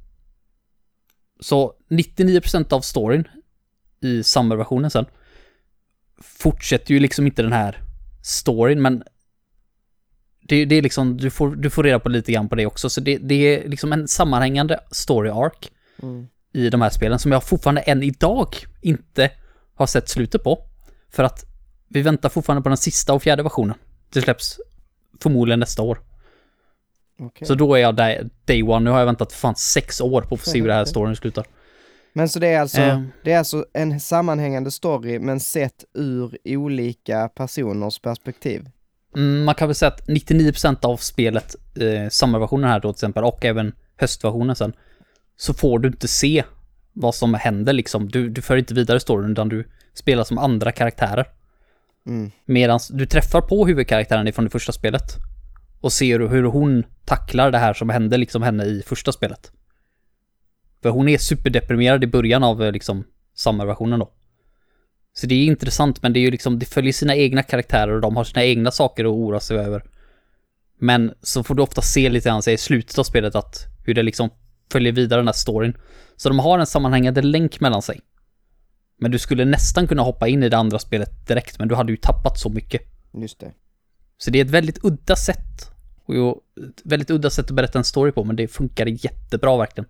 Så 99% av storyn i Summer-versionen sen fortsätter ju liksom inte den här storyn, men det är liksom, du får reda på lite grann på det också. Så det är liksom en sammanhängande story arc i de här spelen som jag fortfarande än idag inte har sett slutet på. För att vi väntar fortfarande på den sista och 4:e versionen. Det släpps förmodligen nästa år. Okay. Så då är jag day one. Nu har jag väntat fan 6 år på att få se hur det här storyn slutar. Men så det är alltså en sammanhängande story men sett ur olika personers perspektiv. Man kan väl säga att 99% av spelet, Summer-versionen här då till exempel, och även höstversionen sen, så får du inte se vad som händer liksom. Du för inte vidare storyn utan du spelar som andra karaktärer. Medan du träffar på huvudkaraktären från det första spelet och ser hur hon tacklar det här som hände liksom henne i första spelet. För hon är superdeprimerad i början av liksom Summer-versionen då. Så det är intressant, men det är ju liksom, det följer sina egna karaktärer och de har sina egna saker att oroa sig över. Men så får du ofta se lite grann i slutet av spelet att hur det liksom följer vidare den här storyn. Så de har en sammanhängande länk mellan sig. Men du skulle nästan kunna hoppa in i det andra spelet direkt, men du hade ju tappat så mycket. Just det. Så det är ett väldigt udda sätt. Ett väldigt udda sätt att berätta en story på, men det funkar jättebra verkligen.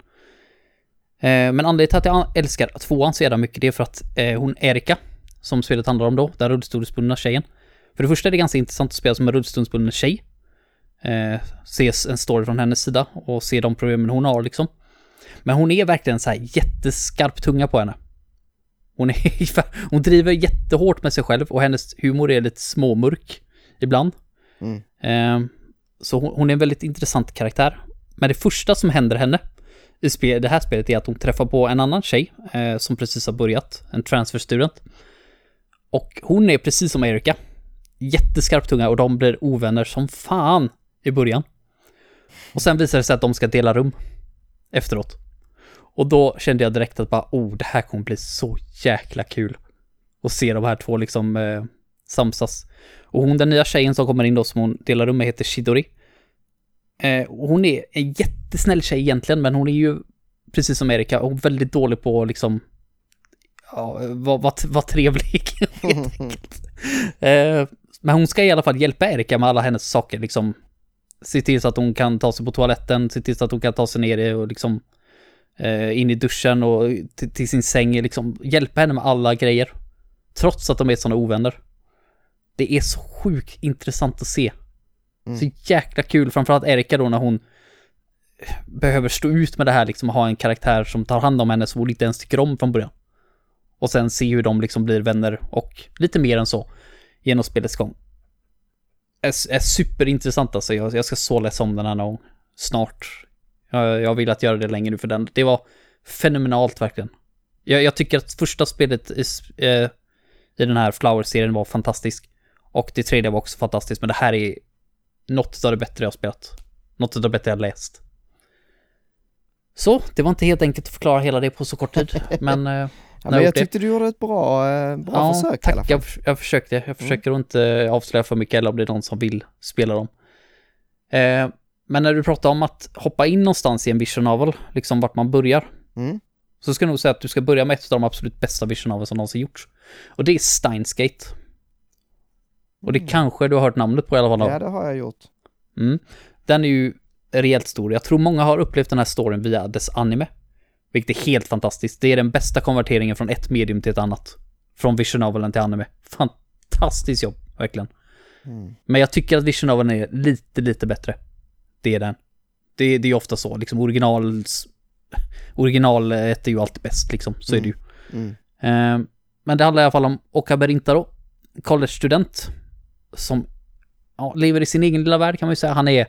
Men anledningen till att jag älskar 2:an så jävla mycket, det är för att hon Erika, som spelet handlar om då, den rullstolsbundna tjejen. För det första är det ganska intressant att spela som en rullstolsbunden tjej. Ses en story från hennes sida och se de problemen hon har liksom. Men hon är verkligen så här jätteskarp tunga på henne. Hon driver jättehårt med sig själv och hennes humor är lite småmörk ibland. Så hon är en väldigt intressant karaktär. Men det första som händer henne i det här spelet är att hon träffar på en annan tjej som precis har börjat, en transfer student. Och hon är precis som Erika, jätteskarp tunga och de blir ovänner som fan i början. Och sen visar det sig att de ska dela rum efteråt. Och då kände jag direkt att bara, det här kommer bli så jäkla kul att se de här två liksom samsas. Och den nya tjejen som kommer in då som hon delar rum med heter Chidori. Hon är en jättesnäll tjej egentligen, men hon är ju precis som Erika, hon är väldigt dålig på liksom vara trevlig. Men hon ska i alla fall hjälpa Erika med alla hennes saker liksom. Se till så att hon kan ta sig på toaletten, se till så att hon kan ta sig ner och liksom in i duschen och till sin säng, liksom hjälpa henne med alla grejer trots att de är såna ovänner. Det är så sjukt intressant att se. Så jäkla kul, framförallt Erika då när hon behöver stå ut med det här liksom, och ha en karaktär som tar hand om henne som hon inte ens tycker om från början. Och sen se hur de liksom blir vänner och lite mer än så genom spelets gång. Är superintressant alltså. Jag ska så läsa om den här någon snart. Jag vill att göra det länge nu för den. Det var fenomenalt verkligen. Jag tycker att första spelet i den här Flower-serien var fantastisk. Och det tredje var också fantastiskt. Men det här är något av det bättre jag har spelat. Något av det bättre jag har läst. Så, det var inte helt enkelt att förklara hela det på så kort tid. Men, men jag tyckte du gjorde ett bra försök tack, i alla fall. Jag försökte. Jag försöker att inte avslöja för mycket eller om det är någon som vill spela dem. Men när du pratar om att hoppa in någonstans i en vision novel, liksom vart man börjar, så ska jag nog säga att du ska börja med ett av de absolut bästa vision novels som någonsin gjorts. Och det är Steins Gate. Och det kanske du har hört namnet på i alla fall. Ja, det har jag gjort. Den är ju rejält stor. Jag tror många har upplevt den här storyn via dess anime. Vilket är helt fantastiskt. Det är den bästa konverteringen från ett medium till ett annat. Från vision novelen till anime. Fantastiskt jobb, verkligen. Men jag tycker att vision novelen är lite bättre. Det är den. Det är ju ofta så. Liksom originalet är ju alltid bäst, liksom. Så är det ju. Men det handlar i alla fall om Okabe Rintaro. College-student. Som lever i sin egen lilla värld, kan man ju säga. Han är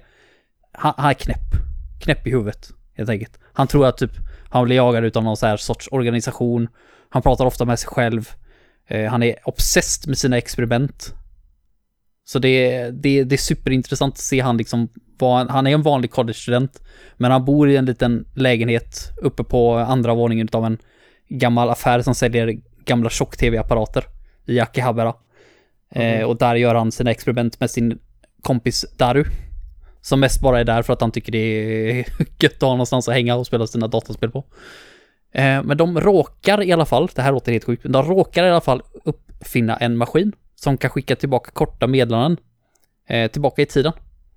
knäpp i huvudet, helt enkelt. Han tror att typ han blir jagad utav någon så här sorts organisation. Han pratar ofta med sig själv. Han är obsessed med sina experiment. Så det är superintressant att se han liksom. Han är en vanlig college-student, men han bor i en liten lägenhet uppe på andra våningen utav en gammal affär som säljer gamla tjock-tv-apparater i Akihabara. Och där gör han sina experiment med sin kompis Daru, som mest bara är där för att han tycker det är gött att ha någonstans att hänga och spela sina dataspel på. Men de råkar i alla fall, det här låter helt sjukt, men de råkar i alla fall uppfinna en maskin som kan skicka tillbaka korta meddelanden tillbaka i tiden.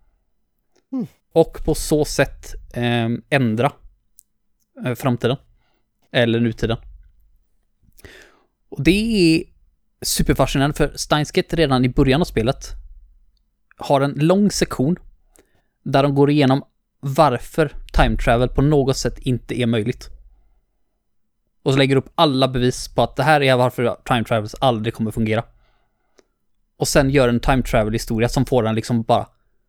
Och på så sätt ändra framtiden. Eller nutiden. Och det är superfascinerande, för Steins Gate redan i början av spelet har en lång sektion där de går igenom varför time travel på något sätt inte är möjligt. Och så lägger upp alla bevis på att det här är varför time travels aldrig kommer fungera. Och sen gör en time travel historia som får den liksom bara,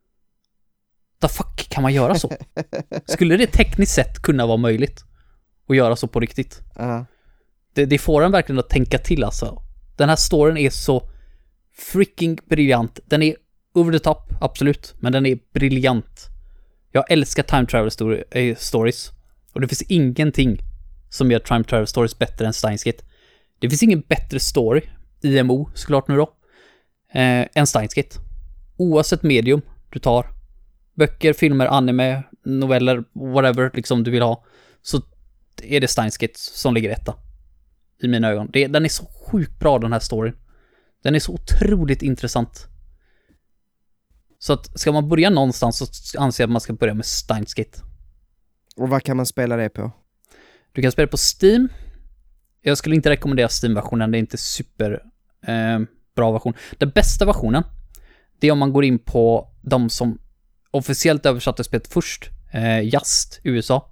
the fuck, kan man göra så? Skulle det tekniskt sett kunna vara möjligt att göra så på riktigt? Det får den verkligen att tänka till alltså. Den här storyn är så freaking briljant. Den är over the top, absolut, men den är briljant. Jag älskar time travel stories. Och det finns ingenting som gör time travel stories bättre än Steins Gate. Det finns ingen bättre story, IMO såklart nu då, än Steins Gate. Oavsett medium du tar, böcker, filmer, anime, noveller, whatever liksom du vill ha, så är det Steins Gate som ligger etta i mina ögon. Den är så sjukt bra, den här storyn. Den är så otroligt intressant. Så att ska man börja någonstans så anser jag att man ska börja med Steins Gate. Och vad kan man spela det på? Du kan spela på Steam. Jag skulle inte rekommendera Steam-versionen. Det är inte super bra version. Den bästa versionen, det är om man går in på de som officiellt översatte spelet först. Just USA.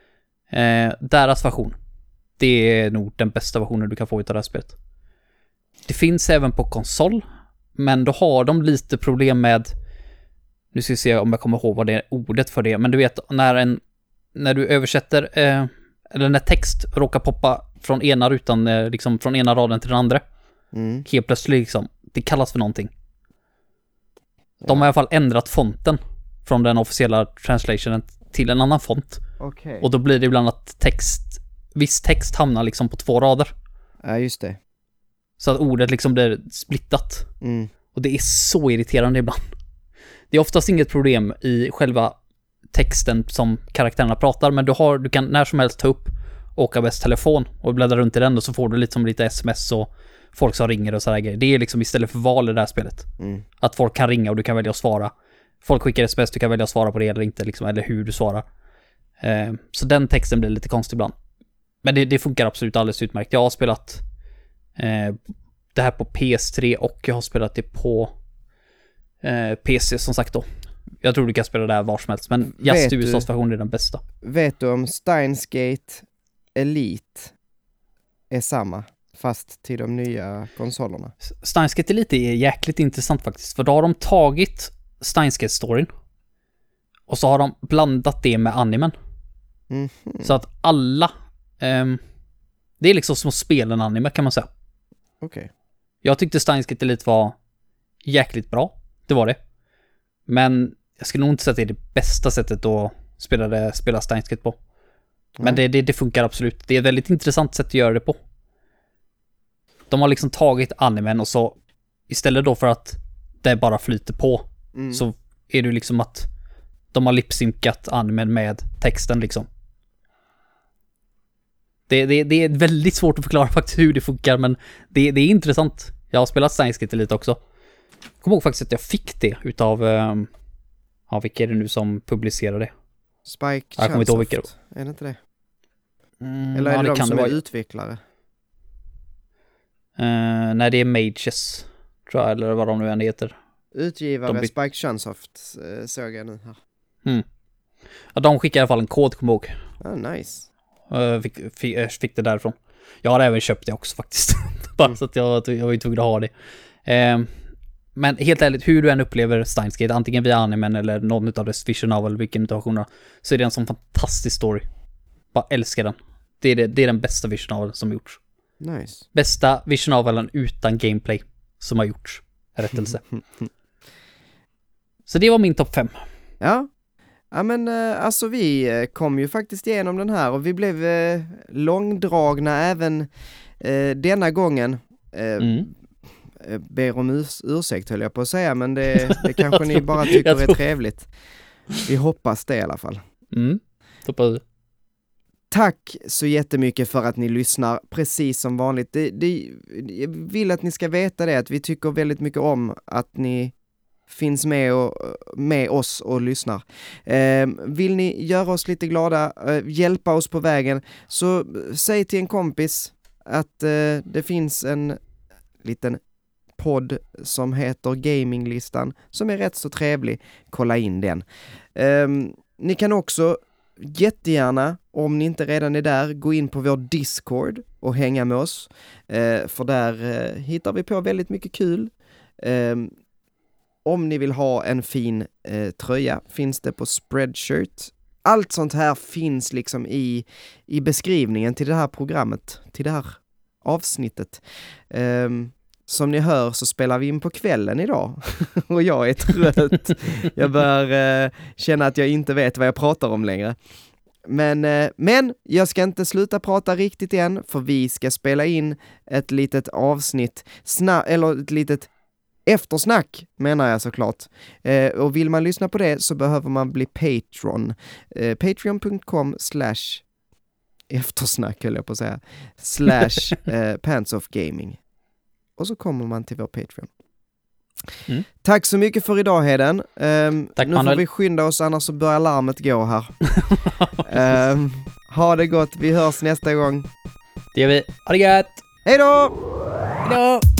Deras version. Det är nog den bästa versionen du kan få ut av det här spelet. Det finns även på konsol, men då har de lite problem med, nu ska vi se om jag kommer ihåg vad det är ordet för det, men du vet när du översätter eller när text råkar poppa från ena rutan, liksom från ena raden till den andra. Helt plötsligt liksom, det kallas för någonting. De har i alla fall ändrat fonten från den officiella translationen till en annan font. Okej. Och då blir det ibland att viss text hamnar liksom på 2 rader. Ja, just det. Så att ordet liksom blir splittat. Och det är så irriterande ibland. Det är oftast inget problem i själva texten som karaktärerna pratar, men du kan när som helst ta upp OKBs telefon och bläddra runt i den, och så får du lite sms och folk som ringer och sådär grejer. Det är liksom istället för val i det här spelet. Att folk kan ringa och du kan välja att svara. Folk skickar sms, du kan välja att svara på det eller inte, liksom, eller hur du svarar. Så den texten blir lite konstig ibland. Men det funkar absolut alldeles utmärkt. Jag har spelat det här på PS3 och jag har spelat det på PC som sagt då. Jag tror du kan spela det här var som helst, men just USAs version är den bästa. Vet du om Steins Gate Elite är samma, fast till de nya konsolerna? Steins Gate Elite är jäkligt intressant faktiskt, för då har de tagit Steins Gate-storyn och så har de blandat det med animen. Så att alla det är liksom som att spela en anime, kan man säga. Okej. Jag tyckte Steins Gate Elite var jäkligt bra. Det var det. Men jag skulle nog inte säga att det är det bästa sättet att spela Steins Gate på. Men det funkar absolut. Det är ett väldigt intressant sätt att göra det på. De har liksom tagit animen och så istället då för att det bara flyter på så är det liksom att de har lipsynkat animen med texten liksom. Det är väldigt svårt att förklara faktiskt hur det funkar, men det är intressant. Jag har spelat Steins Gate lite också. Jag kommer ihåg faktiskt att jag fick det utav vilka är det nu som publicerar det? Spike jag kommer inte ihåg vilka då. Är det inte det? Eller är det de som är utvecklare? Nej, det är Mages, tror jag, eller vad de nu än heter. Utgivare Spike Chunsoft såg jag nu här. Ja, de skickade i alla fall en kod, kommer jag ihåg. Nice. Fick det därifrån. Jag har även köpt det också faktiskt. Bara så att jag var ju tvungen att ha det. Men helt ärligt, hur du än upplever Steins Gate, antingen via animen eller någon av dess vision novel, vilken utav versionerna, så är det en sån fantastisk story. Bara älskar den. Det är den bästa vision novel som gjorts. Nice. Bästa vision novelen utan gameplay som har gjorts. Rättelse. Så det var min topp 5. Ja. Ja, men alltså vi kom ju faktiskt igenom den här och vi blev långdragna även denna gången. Ber om ursäkt höll jag på att säga, men det kanske ni bara tycker är trevligt. Vi hoppas det i alla fall. Hoppas. Tack så jättemycket för att ni lyssnar, precis som vanligt. Jag vill att ni ska veta det, att vi tycker väldigt mycket om att ni finns med oss och lyssnar. Vill ni göra oss lite glada, hjälpa oss på vägen, så säg till en kompis att det finns en liten podd som heter Gaminglistan som är rätt så trevlig. Kolla in den. Ni kan också jättegärna, om ni inte redan är där, gå in på vår Discord och hänga med oss. För där hittar vi på väldigt mycket kul. Om ni vill ha en fin tröja finns det på Spreadshirt. Allt sånt här finns liksom i beskrivningen till det här programmet, till det här avsnittet. Som ni hör så spelar vi in på kvällen idag och jag är trött. Jag börjar känna att jag inte vet vad jag pratar om längre. Men jag ska inte sluta prata riktigt än, för vi ska spela in ett litet avsnitt, eller ett litet eftersnack menar jag såklart. Och vill man lyssna på det så behöver man bli Patreon. Patreon.com/eftersnack höll jag på att säga. /pantsofgaming. Och så kommer man till vår Patreon. Tack så mycket för idag, Heden. Tack, nu Manuel. får vi skynda oss, annars så börjar larmet gå här. Ha det gott, vi hörs nästa gång. Det gör vi. Ha det gött! Hej då! Hej då!